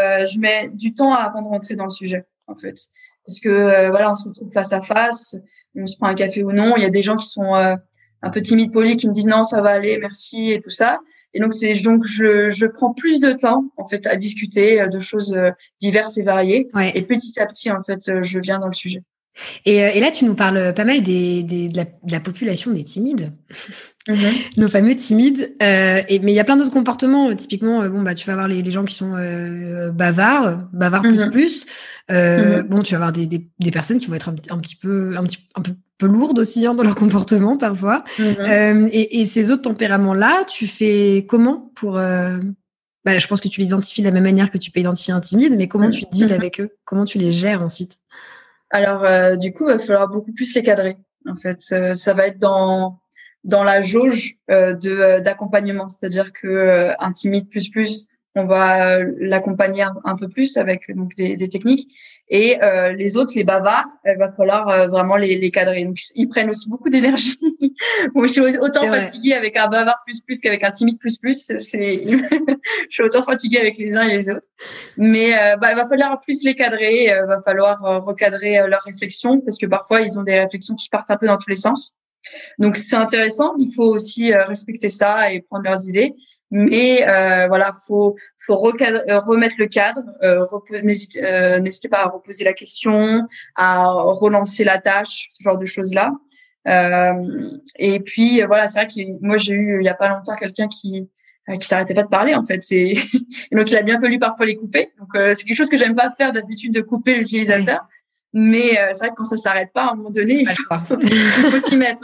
mets du temps avant de rentrer dans le sujet en fait. Parce que on se retrouve face à face. on se prend un café ou non. Il y a des gens qui sont un peu timides, polis, qui me disent non, ça va aller, merci et tout ça. Et donc je prends plus de temps en fait à discuter de choses diverses et variées. Ouais. Et petit à petit en fait, je viens dans le sujet. Et là, tu nous parles pas mal de la population des timides, nos fameux timides. Mais il y a plein d'autres comportements. Typiquement, tu vas avoir les gens qui sont bavards plus. Bon, tu vas avoir des personnes qui vont être un peu lourdes aussi dans leur comportement parfois. Et ces autres tempéraments-là, tu fais comment pour je pense que tu les identifies de la même manière que tu peux identifier un timide, mais comment tu deals avec eux? Comment tu les gères ensuite? Alors, du coup, il va falloir beaucoup plus les cadrer. En fait, ça va être dans la jauge d'accompagnement, c'est-à-dire que un timide plus, on va l'accompagner un peu plus avec donc des techniques, et les autres, les bavards, il va falloir vraiment les cadrer. Donc, ils prennent aussi beaucoup d'énergie. Moi, je suis autant fatiguée avec un bavard plus qu'avec un timide plus. Je suis autant fatiguée avec les uns et les autres. Mais il va falloir plus les cadrer, va falloir recadrer leurs réflexions, parce que parfois ils ont des réflexions qui partent un peu dans tous les sens. Donc c'est intéressant, il faut aussi respecter ça et prendre leurs idées. Mais faut remettre le cadre. N'hésitez pas à reposer la question, à relancer la tâche, ce genre de choses là. Et puis c'est vrai que moi j'ai eu il y a pas longtemps quelqu'un qui s'arrêtait pas de parler en fait. Et donc il a bien fallu parfois les couper. Donc c'est quelque chose que j'aime pas faire d'habitude, de couper l'utilisateur. Mais c'est vrai que quand ça s'arrête pas, à un moment donné, il faut s'y mettre.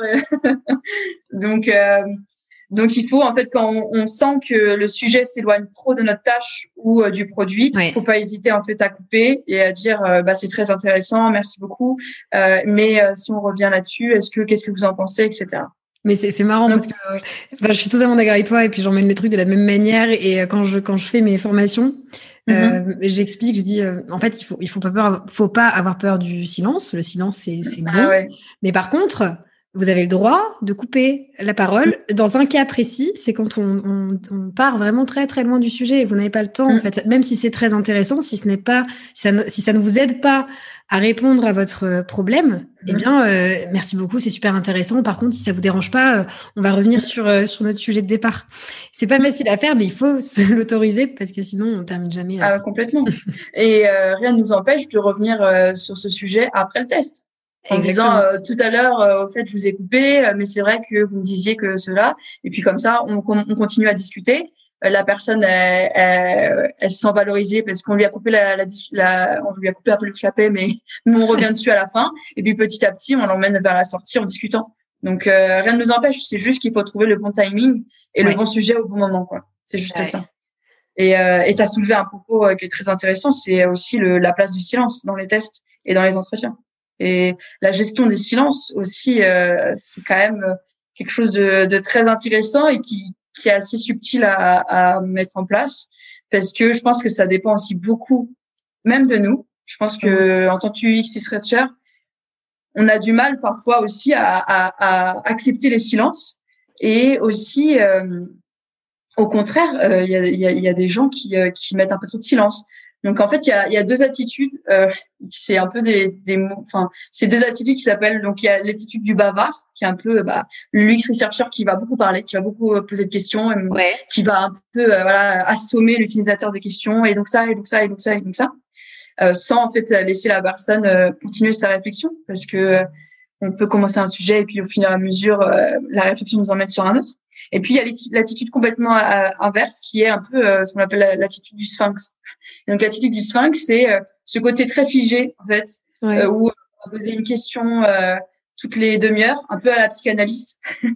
Donc il faut en fait, quand on sent que le sujet s'éloigne trop de notre tâche ou du produit, faut pas hésiter en fait à couper et à dire c'est très intéressant, merci beaucoup, mais si on revient là-dessus, qu'est-ce que vous en pensez, etc. Mais c'est marrant parce que je suis totalement d'accord avec toi, et puis j'emmène les trucs de la même manière. Et quand je fais mes formations, j'explique, je dis en fait il faut pas avoir peur du silence. Le silence c'est bon, mais par contre vous avez le droit de couper la parole. Dans un cas précis, c'est quand on part vraiment très très loin du sujet et vous n'avez pas le temps, en fait, même si c'est très intéressant, si ça ne vous aide pas à répondre à votre problème, eh bien, merci beaucoup, c'est super intéressant. Par contre, si ça vous dérange pas, on va revenir sur notre sujet de départ. C'est pas facile à faire, mais il faut se l'autoriser parce que sinon, on termine jamais. Complètement. Et rien ne nous empêche de revenir sur ce sujet après le test. En disant tout à l'heure, au fait, je vous ai coupé, mais c'est vrai que vous me disiez que cela. Et puis comme ça, on continue à discuter. La personne, elle se sent valorisée parce qu'on lui a coupé on lui a coupé un peu le clapet, mais on revient dessus à la fin. Et puis petit à petit, on l'emmène vers la sortie en discutant. Donc rien ne nous empêche. C'est juste qu'il faut trouver le bon timing et le bon sujet au bon moment, quoi. C'est juste ça. Et t'as soulevé un propos qui est très intéressant. C'est aussi la place du silence dans les tests et dans les entretiens. Et la gestion des silences aussi, c'est quand même quelque chose de très intéressant et qui est assez subtil à mettre en place, parce que je pense que ça dépend aussi beaucoup même de nous. Je pense que en tant que UX researcher, on a du mal parfois aussi à accepter les silences, et aussi au contraire, il y a des gens qui mettent un peu trop de silence. Donc en fait, il y a deux attitudes. C'est un peu des mots. Enfin, c'est deux attitudes qui s'appellent. Donc il y a l'attitude du bavard, qui est un peu l'UX researcher, qui va beaucoup parler, qui va beaucoup poser de questions, qui va un peu assommer l'utilisateur de questions, et donc ça, et donc ça, et donc ça, et donc ça, sans en fait laisser la personne continuer sa réflexion, parce que on peut commencer un sujet et puis au fur et à mesure la réflexion nous emmène sur un autre. Et puis il y a l'attitude complètement inverse, qui est un peu ce qu'on appelle l'attitude du sphinx. Et donc l'attitude du sphinx, c'est ce côté très figé en fait, où on va poser une question toutes les demi-heures, un peu à la psychanalyse.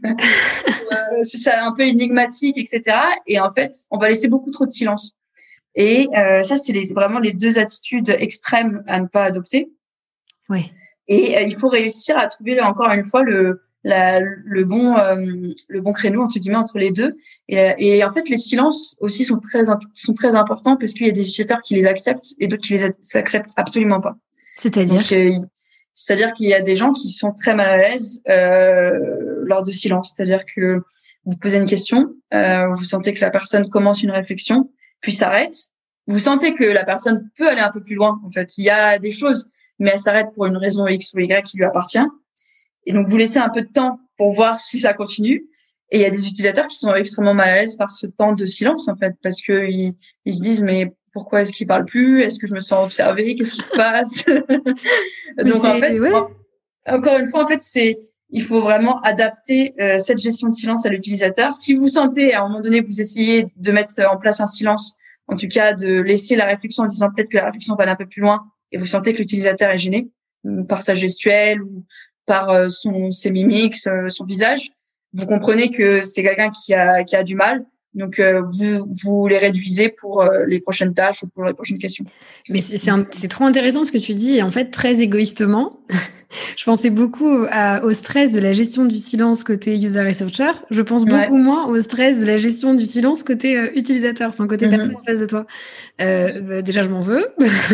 C'est ça, un peu énigmatique, etc. Et en fait, on va laisser beaucoup trop de silence. Et ça, c'est vraiment les deux attitudes extrêmes à ne pas adopter. Ouais. Et il faut réussir à trouver encore une fois le bon créneau entre guillemets entre les deux. Et en fait, les silences aussi sont très importants, parce qu'il y a des utilisateurs qui les acceptent et d'autres qui les acceptent absolument pas. C'est-à-dire qu'il y a des gens qui sont très mal à l'aise lors de silence. C'est-à-dire que vous posez une question, vous sentez que la personne commence une réflexion, puis s'arrête. Vous sentez que la personne peut aller un peu plus loin. En fait, il y a des choses, mais elle s'arrête pour une raison X ou Y qui lui appartient. Et donc, vous laissez un peu de temps pour voir si ça continue. Et il y a des utilisateurs qui sont extrêmement mal à l'aise par ce temps de silence, en fait, parce que ils se disent, mais pourquoi est-ce qu'il parle plus? Est-ce que je me sens observée? Qu'est-ce qui se passe? Donc, en fait, encore une fois, en fait, il faut vraiment adapter cette gestion de silence à l'utilisateur. Si vous sentez, à un moment donné, vous essayez de mettre en place un silence, en tout cas de laisser la réflexion en disant peut-être que la réflexion va aller un peu plus loin, et vous sentez que l'utilisateur est gêné par sa gestuelle ou par ses mimiques, son visage, vous comprenez que c'est quelqu'un qui a du mal. Donc, vous les réduisez pour les prochaines tâches ou pour les prochaines questions. Mais c'est trop intéressant ce que tu dis. Et en fait, très égoïstement, je pensais beaucoup au stress de la gestion du silence côté user researcher. Je pense beaucoup moins au stress de la gestion du silence côté utilisateur, enfin côté personne en face de toi. Déjà, je m'en veux.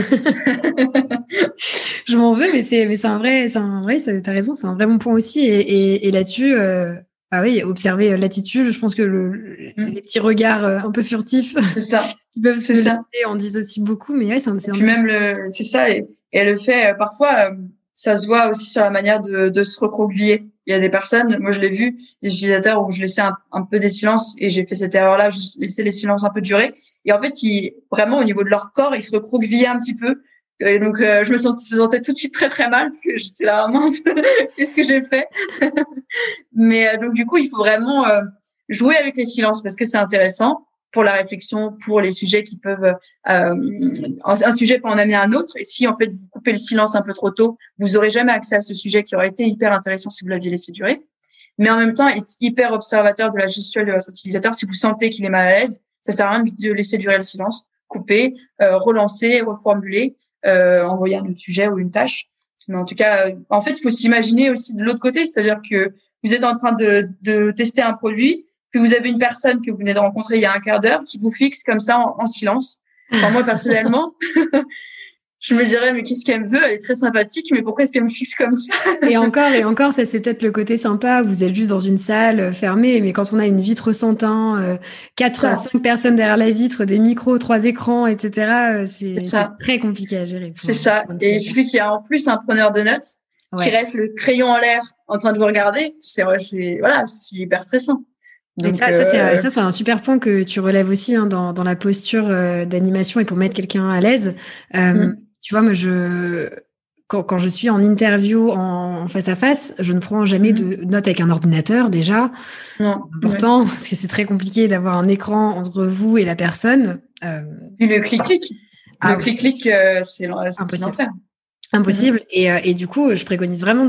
Je m'en veux, mais c'est un vrai, t'as raison, c'est un vrai bon point aussi. Et là-dessus, ah oui, observer l'attitude, je pense que les petits regards un peu furtifs qui peuvent se laisser en disent aussi beaucoup, mais ouais, c'est puis même c'est ça, et le fait, parfois, ça se voit aussi sur la manière de se recroqueviller. Il y a des personnes, moi je l'ai vu, des utilisateurs où je laissais un peu des silences, et j'ai fait cette erreur-là, je laissais les silences un peu durer, et en fait, vraiment au niveau de leur corps, ils se recroquevillaient un petit peu. Et donc, je me sentais tout de suite très, très mal parce que j'étais là, mince, qu'est-ce que j'ai fait? Mais donc, du coup, il faut vraiment jouer avec les silences parce que c'est intéressant pour la réflexion, pour les sujets qui peuvent... un sujet peut en amener un autre. Et si, en fait, vous coupez le silence un peu trop tôt, vous aurez jamais accès à ce sujet qui aurait été hyper intéressant si vous l'aviez laissé durer. Mais en même temps, être hyper observateur de la gestuelle de votre utilisateur. Si vous sentez qu'il est mal à l'aise, ça sert à rien de laisser durer le silence. Couper, relancer, reformuler. Envoyer un autre sujet ou une tâche. Mais en tout cas, en fait, il faut s'imaginer aussi de l'autre côté, c'est-à-dire que vous êtes en train de tester un produit, puis vous avez une personne que vous venez de rencontrer il y a un quart d'heure qui vous fixe comme ça en silence. Enfin, moi, personnellement, je me dirais, mais qu'est-ce qu'elle me veut? Elle est très sympathique, mais pourquoi est-ce qu'elle me fixe comme ça? Et encore, ça c'est peut-être le côté sympa. Vous êtes juste dans une salle fermée, mais quand on a une vitre sans teint, 5 personnes derrière la vitre, des micros, 3 écrans, etc., c'est très compliqué à gérer. C'est ça. Et il suffit qu'il y ait en plus un preneur de notes qui reste le crayon en l'air en train de vous regarder. C'est hyper stressant. Donc, ça, c'est un super point que tu relèves aussi dans la posture d'animation et pour mettre quelqu'un à l'aise. Tu vois, moi, quand je suis en interview en face à face, je ne prends jamais de notes avec un ordinateur déjà. Non. Pourtant, parce que c'est très compliqué d'avoir un écran entre vous et la personne. Puis le clic-clic. Le clic-clic, c'est impossible. Impossible. Et du coup, je préconise vraiment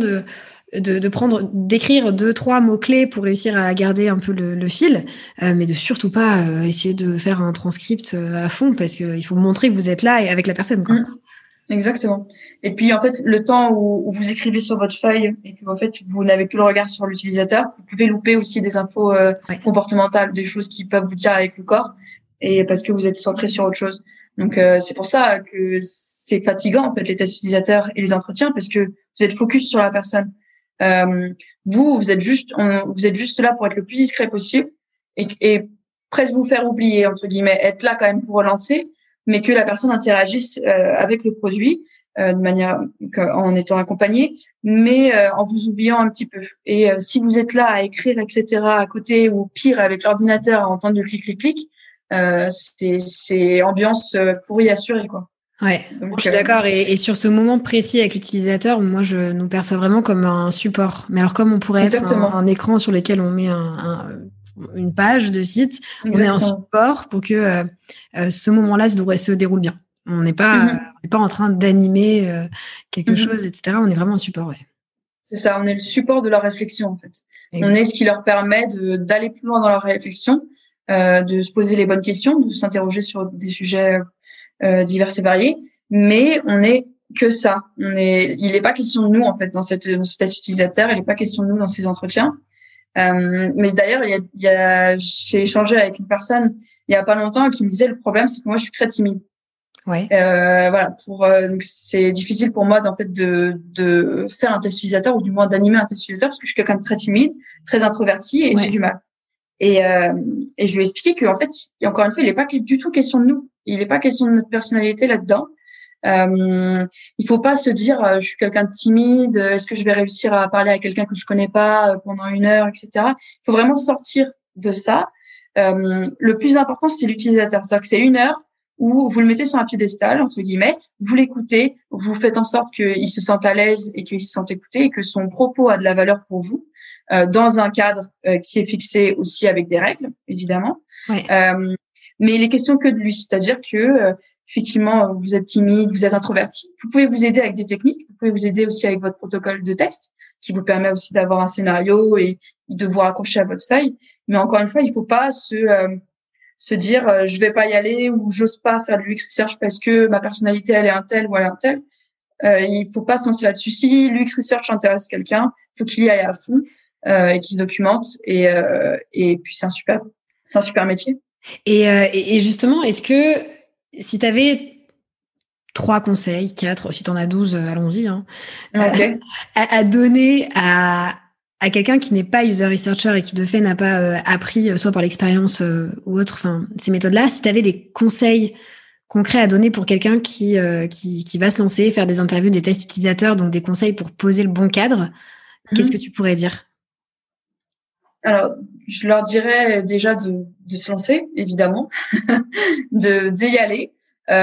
d'écrire 2-3 mots-clés pour réussir à garder un peu le fil, mais de surtout pas essayer de faire un transcript à fond parce qu'il faut montrer que vous êtes là et avec la personne, quoi. Exactement. Et puis, en fait, le temps où vous écrivez sur votre feuille et que, en fait, vous n'avez plus le regard sur l'utilisateur, vous pouvez louper aussi des infos comportementales, des choses qui peuvent vous dire avec le corps et parce que vous êtes centré sur autre chose. Donc, c'est pour ça que c'est fatigant, en fait, les tests utilisateurs et les entretiens parce que vous êtes focus sur la personne. Vous êtes juste là pour être le plus discret possible et presque vous faire oublier, entre guillemets, être là quand même pour relancer, mais que la personne interagisse avec le produit de manière en étant accompagnée, mais en vous oubliant un petit peu. Et si vous êtes là à écrire, etc., à côté, ou pire, avec l'ordinateur à entendre du clic, c'est ambiance pourrie assurée, quoi. Ouais, donc, je suis d'accord. Et sur ce moment précis avec l'utilisateur, moi, je nous perçois vraiment comme un support. Mais alors, comme on pourrait être un écran sur lequel on met une page de site, on est un support pour que ce moment-là se déroule bien. On n'est pas en train d'animer quelque chose, etc. On est vraiment un support, ouais. C'est ça, on est le support de leur réflexion, en fait. Exactement. On est ce qui leur permet d'aller plus loin dans leur réflexion, de se poser les bonnes questions, de s'interroger sur des sujets divers et variés, mais on n'est que ça. Il n'est pas question de nous, en fait, dans ce test utilisateur, il n'est pas question de nous dans ces entretiens. Mais d'ailleurs, j'ai échangé avec une personne il y a pas longtemps qui me disait le problème, c'est que moi, je suis très timide. Ouais. Voilà. Donc c'est difficile pour moi en fait de faire un test utilisateur ou du moins d'animer un test utilisateur parce que je suis quelqu'un de très timide, très introverti et j'ai du mal. Et je lui ai expliqué que en fait, encore une fois, il n'est pas du tout question de nous. Il n'est pas question de notre personnalité là-dedans. Il faut pas se dire je suis quelqu'un de timide, est-ce que je vais réussir à parler à quelqu'un que je connais pas pendant 1 heure, etc. Il faut vraiment sortir de ça. Le plus important, c'est l'utilisateur. C'est-à-dire que c'est 1 heure où vous le mettez sur un piédestal, entre guillemets, vous l'écoutez, vous faites en sorte qu'il se sente à l'aise et qu'il se sente écouté et que son propos a de la valeur pour vous, dans un cadre qui est fixé aussi avec des règles, évidemment. Ouais. Mais il est question que de lui, c'est-à-dire que effectivement, vous êtes timide, vous êtes introverti. Vous pouvez vous aider avec des techniques, vous pouvez vous aider aussi avec votre protocole de test, qui vous permet aussi d'avoir un scénario et de vous raccrocher à votre feuille. Mais encore une fois, il faut pas se dire je vais pas y aller ou j'ose pas faire de l'UX research parce que ma personnalité elle est un tel ou elle est un tel. Il faut pas se lancer là-dessus. Si l'UX research intéresse quelqu'un, il faut qu'il y aille à fond et qu'il se documente et puis c'est un super métier. Et justement, est-ce que si tu avais 3 conseils, 4, si tu en as 12, allons-y, hein, Okay. à donner à quelqu'un qui n'est pas user researcher et qui de fait n'a pas appris soit par l'expérience ou autre, enfin ces méthodes-là, si tu avais des conseils concrets à donner pour quelqu'un qui va se lancer, faire des interviews, des tests utilisateurs, donc des conseils pour poser le bon cadre, qu'est-ce que tu pourrais dire? Alors, je leur dirais déjà de se lancer, évidemment, d'y aller,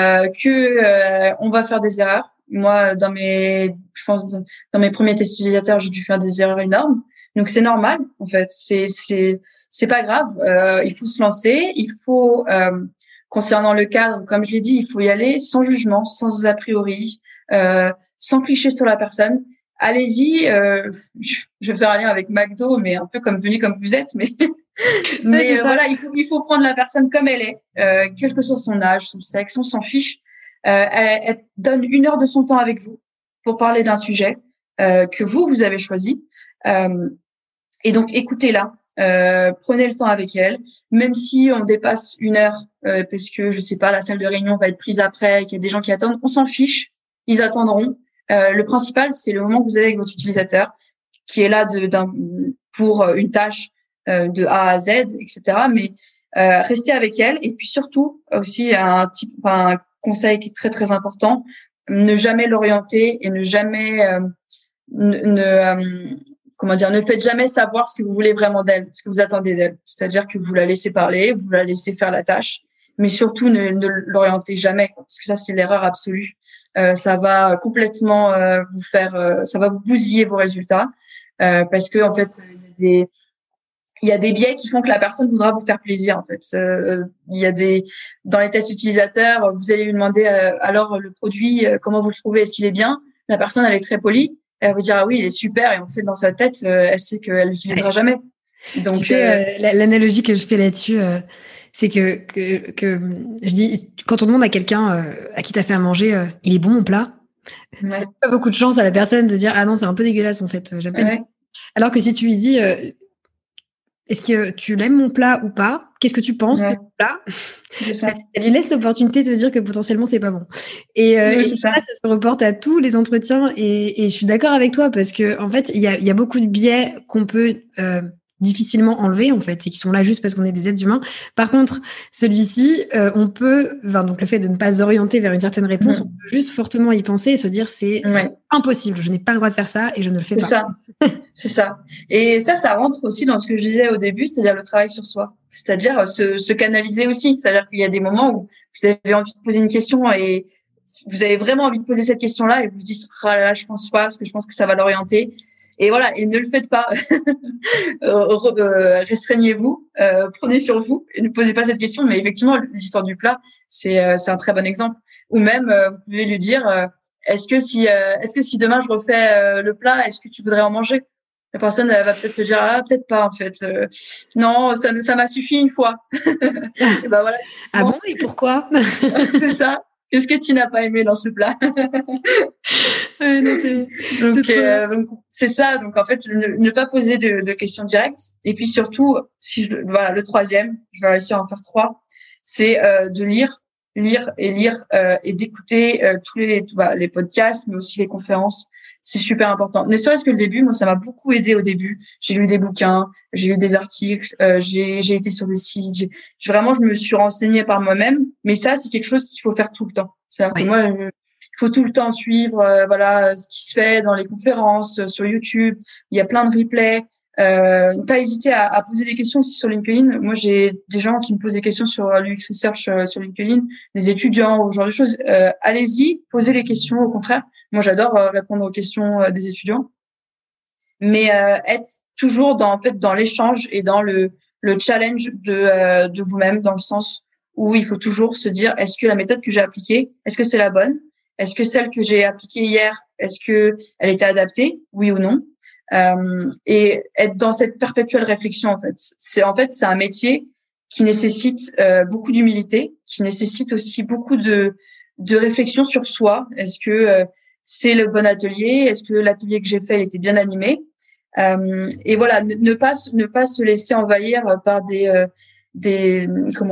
on va faire des erreurs. Moi, dans mes premiers tests utilisateurs, j'ai dû faire des erreurs énormes. Donc, c'est normal, en fait. C'est pas grave. Il faut se lancer. Il faut, concernant le cadre, comme je l'ai dit, il faut y aller sans jugement, sans a priori, sans cliché sur la personne. Allez-y. Je vais faire un lien avec McDo, mais un peu comme venez comme vous êtes, mais voilà, il faut prendre la personne comme elle est, quel que soit son âge, son sexe, on s'en fiche. Elle donne 1 heure de son temps avec vous pour parler d'un sujet que vous avez choisi. Et donc, écoutez-la. Prenez le temps avec elle, même si on dépasse 1 heure, parce que, je sais pas, la salle de réunion va être prise après, qu'il y a des gens qui attendent, on s'en fiche. Ils attendront. Le principal, c'est le moment que vous avez avec votre utilisateur, qui est là pour une tâche de A à Z, etc. Mais restez avec elle. Et puis surtout, aussi, un conseil qui est très, très important, ne jamais l'orienter et ne jamais... ne faites jamais savoir ce que vous voulez vraiment d'elle, ce que vous attendez d'elle. C'est-à-dire que vous la laissez parler, vous la laissez faire la tâche, mais surtout ne l'orientez jamais, parce que ça, c'est l'erreur absolue. Ça va complètement ça va vous bousiller vos résultats, parce que en fait, il y a des biais qui font que la personne voudra vous faire plaisir. En fait, dans les tests utilisateurs, vous allez lui demander alors le produit, comment vous le trouvez, est-ce qu'il est bien? La personne, elle est très polie. Elle va dire ah oui, il est super, et en fait dans sa tête, elle sait qu'elle l'utilisera jamais. Donc tu sais, l'analogie que je fais là-dessus, c'est que je dis quand on demande à quelqu'un à qui t'as fait à manger, il est bon mon plat, ouais. c'est pas beaucoup de chance à la personne de dire ah non c'est un peu dégueulasse en fait, j'aime pas. Ouais. Alors que si tu lui dis est-ce que tu l'aimes mon plat ou pas, qu'est-ce que tu penses de mon plat, ça lui laisse l'opportunité de te dire que potentiellement c'est pas bon. Et ça se reporte à tous les entretiens et je suis d'accord avec toi parce que en fait il y a beaucoup de biais qu'on peut difficilement enlever en fait et qui sont là juste parce qu'on est des êtres humains. Par contre, celui-ci, on peut, donc le fait de ne pas orienter vers une certaine réponse, on peut juste fortement y penser et se dire c'est impossible, je n'ai pas le droit de faire ça et je ne le fais pas. C'est ça. Et ça rentre aussi dans ce que je disais au début, c'est-à-dire le travail sur soi. C'est-à-dire se canaliser aussi. C'est-à-dire qu'il y a des moments où vous avez envie de poser une question et vous avez vraiment envie de poser cette question-là et vous vous dites ah là, je pense pas parce que je pense que ça va l'orienter. Et voilà, et ne le faites pas. Restreignez-vous, prenez sur vous et ne posez pas cette question. Mais effectivement, l'histoire du plat, c'est un très bon exemple. Ou même, vous pouvez lui dire, est-ce que si demain je refais le plat, est-ce que tu voudrais en manger? La personne elle va peut-être te dire, ah peut-être pas en fait. Non, ça m'a suffi une fois. Et ben voilà. Ah bon, et pourquoi? C'est ça. Qu'est-ce que tu n'as pas aimé dans ce plat? Non, donc c'est ça. Donc en fait, ne pas poser de questions directes. Et puis surtout, le troisième, je vais réussir à en faire 3, c'est de lire et d'écouter tous les podcasts, mais aussi les conférences. C'est super important. Ne serait-ce que le début, moi ça m'a beaucoup aidé au début. J'ai lu des bouquins, j'ai lu des articles, j'ai été sur des sites. Je me suis renseignée par moi-même. Mais ça, c'est quelque chose qu'il faut faire tout le temps. C'est-à-dire que moi, il faut tout le temps suivre ce qui se fait dans les conférences sur YouTube. Il y a plein de replays. Ne pas hésiter à poser des questions aussi sur LinkedIn. Moi, j'ai des gens qui me posent des questions sur l'UX Research sur LinkedIn, des étudiants ou ce genre de choses. Allez-y, posez les questions. Au contraire, moi, j'adore répondre aux questions des étudiants. Mais être toujours dans l'échange et dans le challenge de vous-même, dans le sens où il faut toujours se dire, est-ce que la méthode que j'ai appliquée, est-ce que c'est la bonne? Est-ce que celle que j'ai appliquée hier, est-ce que elle était adaptée, oui ou non? Et être dans cette perpétuelle réflexion, en fait. C'est un métier qui nécessite beaucoup d'humilité, qui nécessite aussi beaucoup de réflexion sur soi. Est-ce que c'est le bon atelier? Est-ce que l'atelier que j'ai fait, il était bien animé? Et voilà, ne pas se laisser envahir par des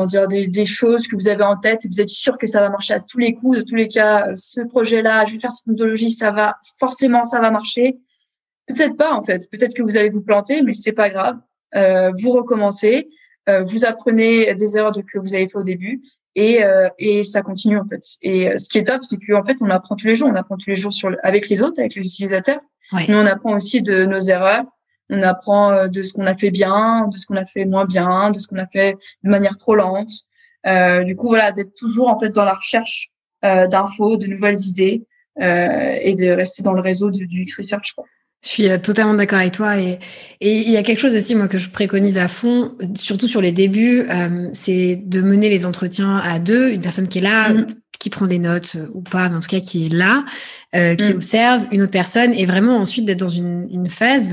choses que vous avez en tête et vous êtes sûr que ça va marcher à tous les coups. De tous les cas, ce projet-là, je vais faire cette méthodologie, ça va marcher. Peut-être pas, en fait. Peut-être que vous allez vous planter, mais c'est pas grave. Vous recommencez, vous apprenez des erreurs que vous avez fait au début et ça continue, en fait. Et ce qui est top, c'est qu'en fait, on apprend tous les jours. On apprend tous les jours avec les autres, avec les utilisateurs. Ouais. Mais on apprend aussi de nos erreurs. On apprend de ce qu'on a fait bien, de ce qu'on a fait moins bien, de ce qu'on a fait de manière trop lente. Du coup, voilà, d'être toujours, en fait, dans la recherche d'infos, de nouvelles idées et de rester dans le réseau du UX Research, quoi. Je suis totalement d'accord avec toi et il y a quelque chose aussi moi que je préconise à fond, surtout sur les débuts, c'est de mener les entretiens à deux, une personne qui est là, qui prend des notes ou pas, mais en tout cas qui est là, qui observe une autre personne et vraiment ensuite d'être dans une phase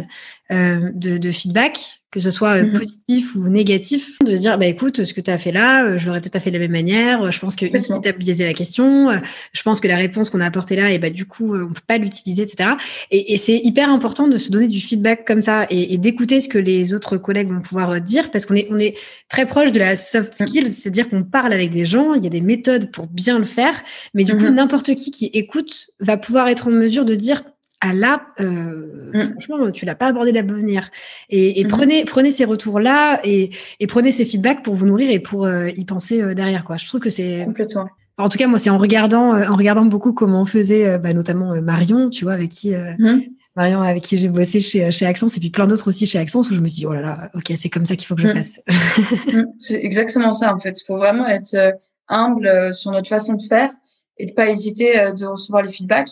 de feedback, que ce soit positif ou négatif, de se dire bah écoute, ce que tu as fait là, je l'aurais peut-être pas fait de la même manière, je pense que ici tu as biaisé la question, je pense que la réponse qu'on a apportée là et bah du coup on peut pas l'utiliser, etc. Et c'est hyper important de se donner du feedback comme ça et d'écouter ce que les autres collègues vont pouvoir dire, parce qu'on est très proche de la soft skills, c'est-à-dire qu'on parle avec des gens, il y a des méthodes pour bien le faire, mais du coup n'importe qui écoute va pouvoir être en mesure de dire ah là, franchement, tu l'as pas abordé de la bonne manière. Et prenez ces retours-là et prenez ces feedbacks pour vous nourrir et pour y penser derrière, quoi. Je trouve que c'est complètement. En tout cas, moi, c'est en regardant beaucoup comment on faisait, notamment Marion, tu vois, avec qui j'ai bossé chez Accence, et puis plein d'autres aussi chez Accence, où je me suis dit, oh là là, ok, c'est comme ça qu'il faut que je fasse. C'est exactement ça, en fait. Il faut vraiment être humble sur notre façon de faire et de pas hésiter de recevoir les feedbacks.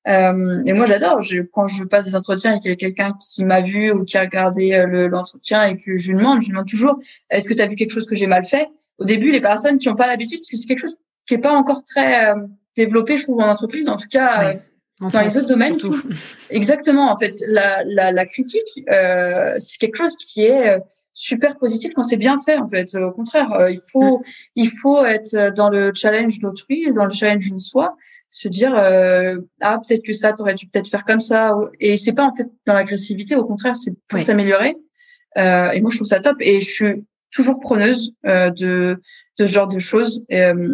Et moi, j'adore. Quand je passe des entretiens et qu'il y a quelqu'un qui m'a vu ou qui a regardé l'entretien et que je lui demande toujours, est-ce que tu as vu quelque chose que j'ai mal fait? Au début, les personnes qui n'ont pas l'habitude, parce que c'est quelque chose qui est pas encore très développé, je trouve, en entreprise, en tout cas dans les autres domaines. Exactement. En fait, la critique, c'est quelque chose qui est super positif quand c'est bien fait. En fait, au contraire, il faut être dans le challenge d'autrui, dans le challenge de soi, se dire peut-être que ça, t'aurais dû peut-être faire comme ça. Et c'est pas en fait dans l'agressivité, au contraire, c'est pour s'améliorer. Et moi, je trouve ça top. Et je suis toujours preneuse de ce genre de choses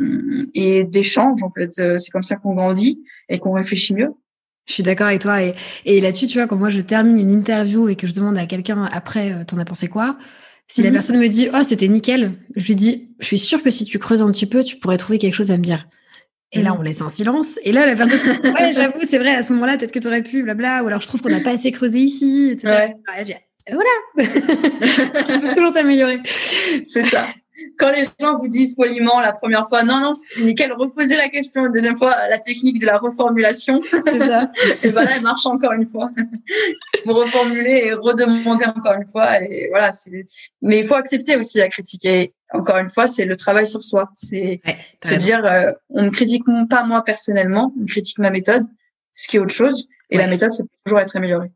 et d'échanges, en fait. C'est comme ça qu'on grandit et qu'on réfléchit mieux. Je suis d'accord avec toi. Et là-dessus, tu vois, quand moi je termine une interview et que je demande à quelqu'un après, t'en as pensé quoi? Si la personne me dit, oh, c'était nickel, je lui dis, je suis sûre que si tu creuses un petit peu, tu pourrais trouver quelque chose à me dire. Et là, on laisse un silence. Et là, la personne dit, ouais, j'avoue, c'est vrai, à ce moment-là, peut-être que t'aurais pu, blabla. Ou alors, je trouve qu'on n'a pas assez creusé ici, etc. Ouais. Et je dis, voilà. On peut toujours s'améliorer. C'est ça. Quand les gens vous disent poliment la première fois, non, c'est nickel, reposez la question. La deuxième fois, la technique de la reformulation. C'est ça. Et voilà, elle marche encore une fois. Vous reformulez et redemandez encore une fois. Et voilà, mais il faut accepter aussi la critique. Et encore une fois, c'est le travail sur soi. C'est se dire, on ne critique pas moi personnellement, on critique ma méthode, ce qui est autre chose. Et la méthode, c'est toujours être améliorée.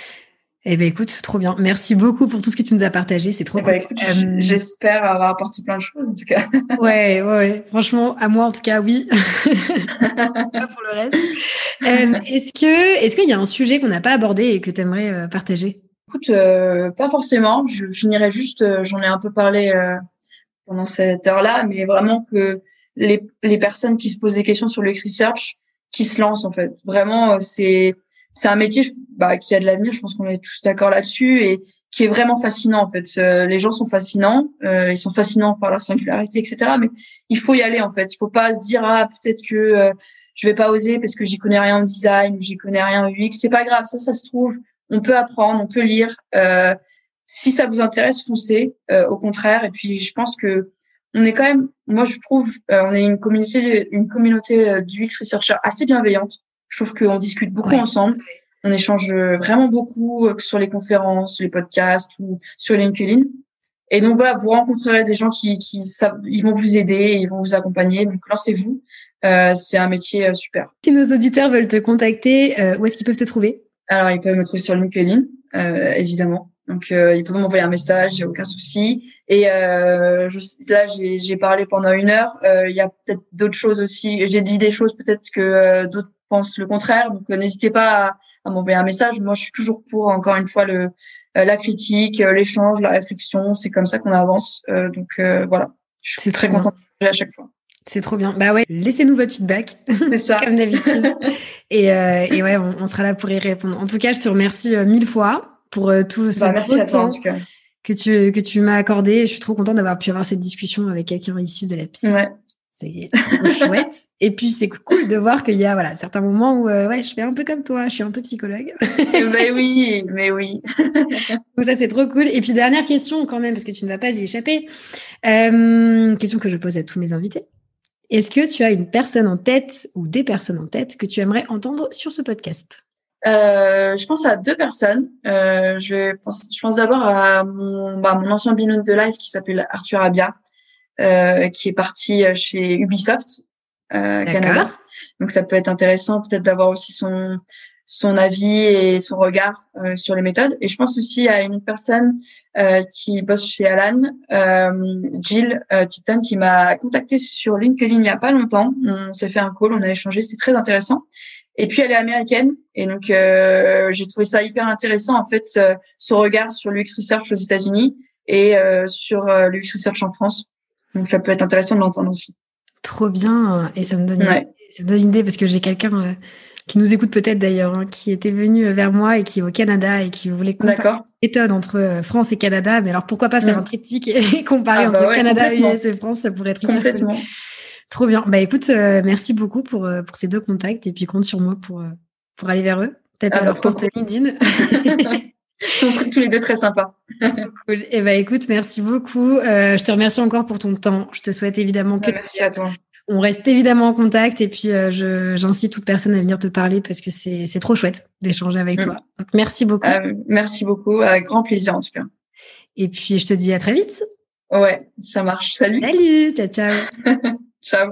Eh ben écoute, trop bien. Merci beaucoup pour tout ce que tu nous as partagé. C'est trop cool. Écoute, j'espère avoir apporté plein de choses, en tout cas. Ouais. Franchement, à moi, en tout cas, oui. Pas pour le reste. Est-ce qu'il y a un sujet qu'on n'a pas abordé et que tu aimerais partager? Écoute, pas forcément. Je finirai juste, j'en ai un peu parlé pendant cette heure-là, mais vraiment que les personnes qui se posent des questions sur le UX Research, qui se lancent, en fait. Vraiment, c'est un métier qui a de l'avenir, je pense qu'on est tous d'accord là-dessus, et qui est vraiment fascinant, en fait. Les gens sont fascinants, ils sont fascinants par leur singularité, etc. Mais il faut y aller, en fait. Il faut pas se dire, peut-être que je vais pas oser parce que j'y connais rien en design, ou j'y connais rien en UX. C'est pas grave, ça se trouve. On peut apprendre, on peut lire. Si ça vous intéresse, foncez. Au contraire. Et puis, je pense que on est quand même, moi, je trouve, on est une communauté d'UX researchers assez bienveillante. Je trouve qu'on discute beaucoup ensemble. On échange vraiment beaucoup, que ce soit les conférences, les podcasts ou sur LinkedIn. Et donc voilà, vous rencontrerez des gens qui savent, ils vont vous aider, ils vont vous accompagner. Donc lancez-vous. C'est un métier super. Si nos auditeurs veulent te contacter, où est-ce qu'ils peuvent te trouver? Alors, ils peuvent me trouver sur LinkedIn, évidemment. Donc, ils peuvent m'envoyer un message, j'ai aucun souci. Et là, j'ai parlé pendant 1 heure. Il y a peut-être d'autres choses aussi. J'ai dit des choses peut-être que d'autres pensent le contraire. Donc, n'hésitez pas à m'envoyer un message. Moi, je suis toujours pour, encore une fois, la critique, l'échange, la réflexion. C'est comme ça qu'on avance. Donc, voilà. Je suis très contente à chaque fois. C'est trop bien. Bah ouais, laissez-nous votre feedback. C'est ça. Comme d'habitude. Et ouais, on sera là pour y répondre. En tout cas, je te remercie 1000 fois pour tout ce merci à toi, en tout cas, que tu m'as accordé. Je suis trop contente d'avoir pu avoir cette discussion avec quelqu'un issu de la psy. Ouais. C'est trop chouette. Et puis, c'est cool de voir qu'il y a certains moments où je fais un peu comme toi, je suis un peu psychologue. Mais oui. Donc ça, c'est trop cool. Et puis, dernière question quand même, parce que tu ne vas pas y échapper. Question que je pose à tous mes invités. Est-ce que tu as une personne en tête ou des personnes en tête que tu aimerais entendre sur ce podcast? Je pense à 2 personnes. Je pense d'abord à mon ancien binôme de life qui s'appelle Arthur Abia, qui est parti chez Ubisoft Canada. Donc ça peut être intéressant peut-être d'avoir aussi son avis et son regard sur les méthodes. Et je pense aussi à une personne qui bosse chez Alan, Jill Tipton, qui m'a contacté sur LinkedIn il y a pas longtemps. On s'est fait un call, on a échangé, c'était très intéressant. Et puis elle est américaine et donc j'ai trouvé ça hyper intéressant en fait son regard sur l'UX Research aux États-Unis et sur l'UX Research en France. Donc ça peut être intéressant de l'entendre aussi. Trop bien, et ça me donne une idée parce que j'ai quelqu'un qui nous écoute peut-être d'ailleurs, qui était venu vers moi et qui est au Canada et qui voulait comparer les méthodes entre France et Canada. Mais alors pourquoi pas faire un triptyque et comparer entre Canada, US et France, ça pourrait être hyper cool. Trop bien. Bah écoute, merci beaucoup pour ces 2 contacts et puis compte sur moi pour aller vers eux. Taper leur porte LinkedIn. Ils sont tous les 2 très sympas. Cool. Et bah écoute, merci beaucoup. Je te remercie encore pour ton temps. Je te souhaite évidemment que merci à toi. On reste évidemment en contact et puis j'incite toute personne à venir te parler parce que c'est trop chouette d'échanger avec toi. Donc merci beaucoup. Merci beaucoup, avec grand plaisir en tout cas. Et puis je te dis à très vite. Ouais, ça marche. Salut. Salut, ciao. Ciao.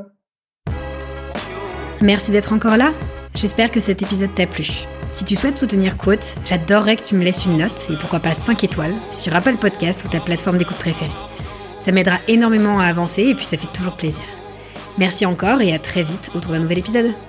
Merci d'être encore là. J'espère que cet épisode t'a plu. Si tu souhaites soutenir Quote, j'adorerais que tu me laisses une note et pourquoi pas 5 étoiles sur Apple Podcast ou ta plateforme d'écoute préférée. Ça m'aidera énormément à avancer et puis ça fait toujours plaisir. Merci encore et à très vite autour d'un nouvel épisode.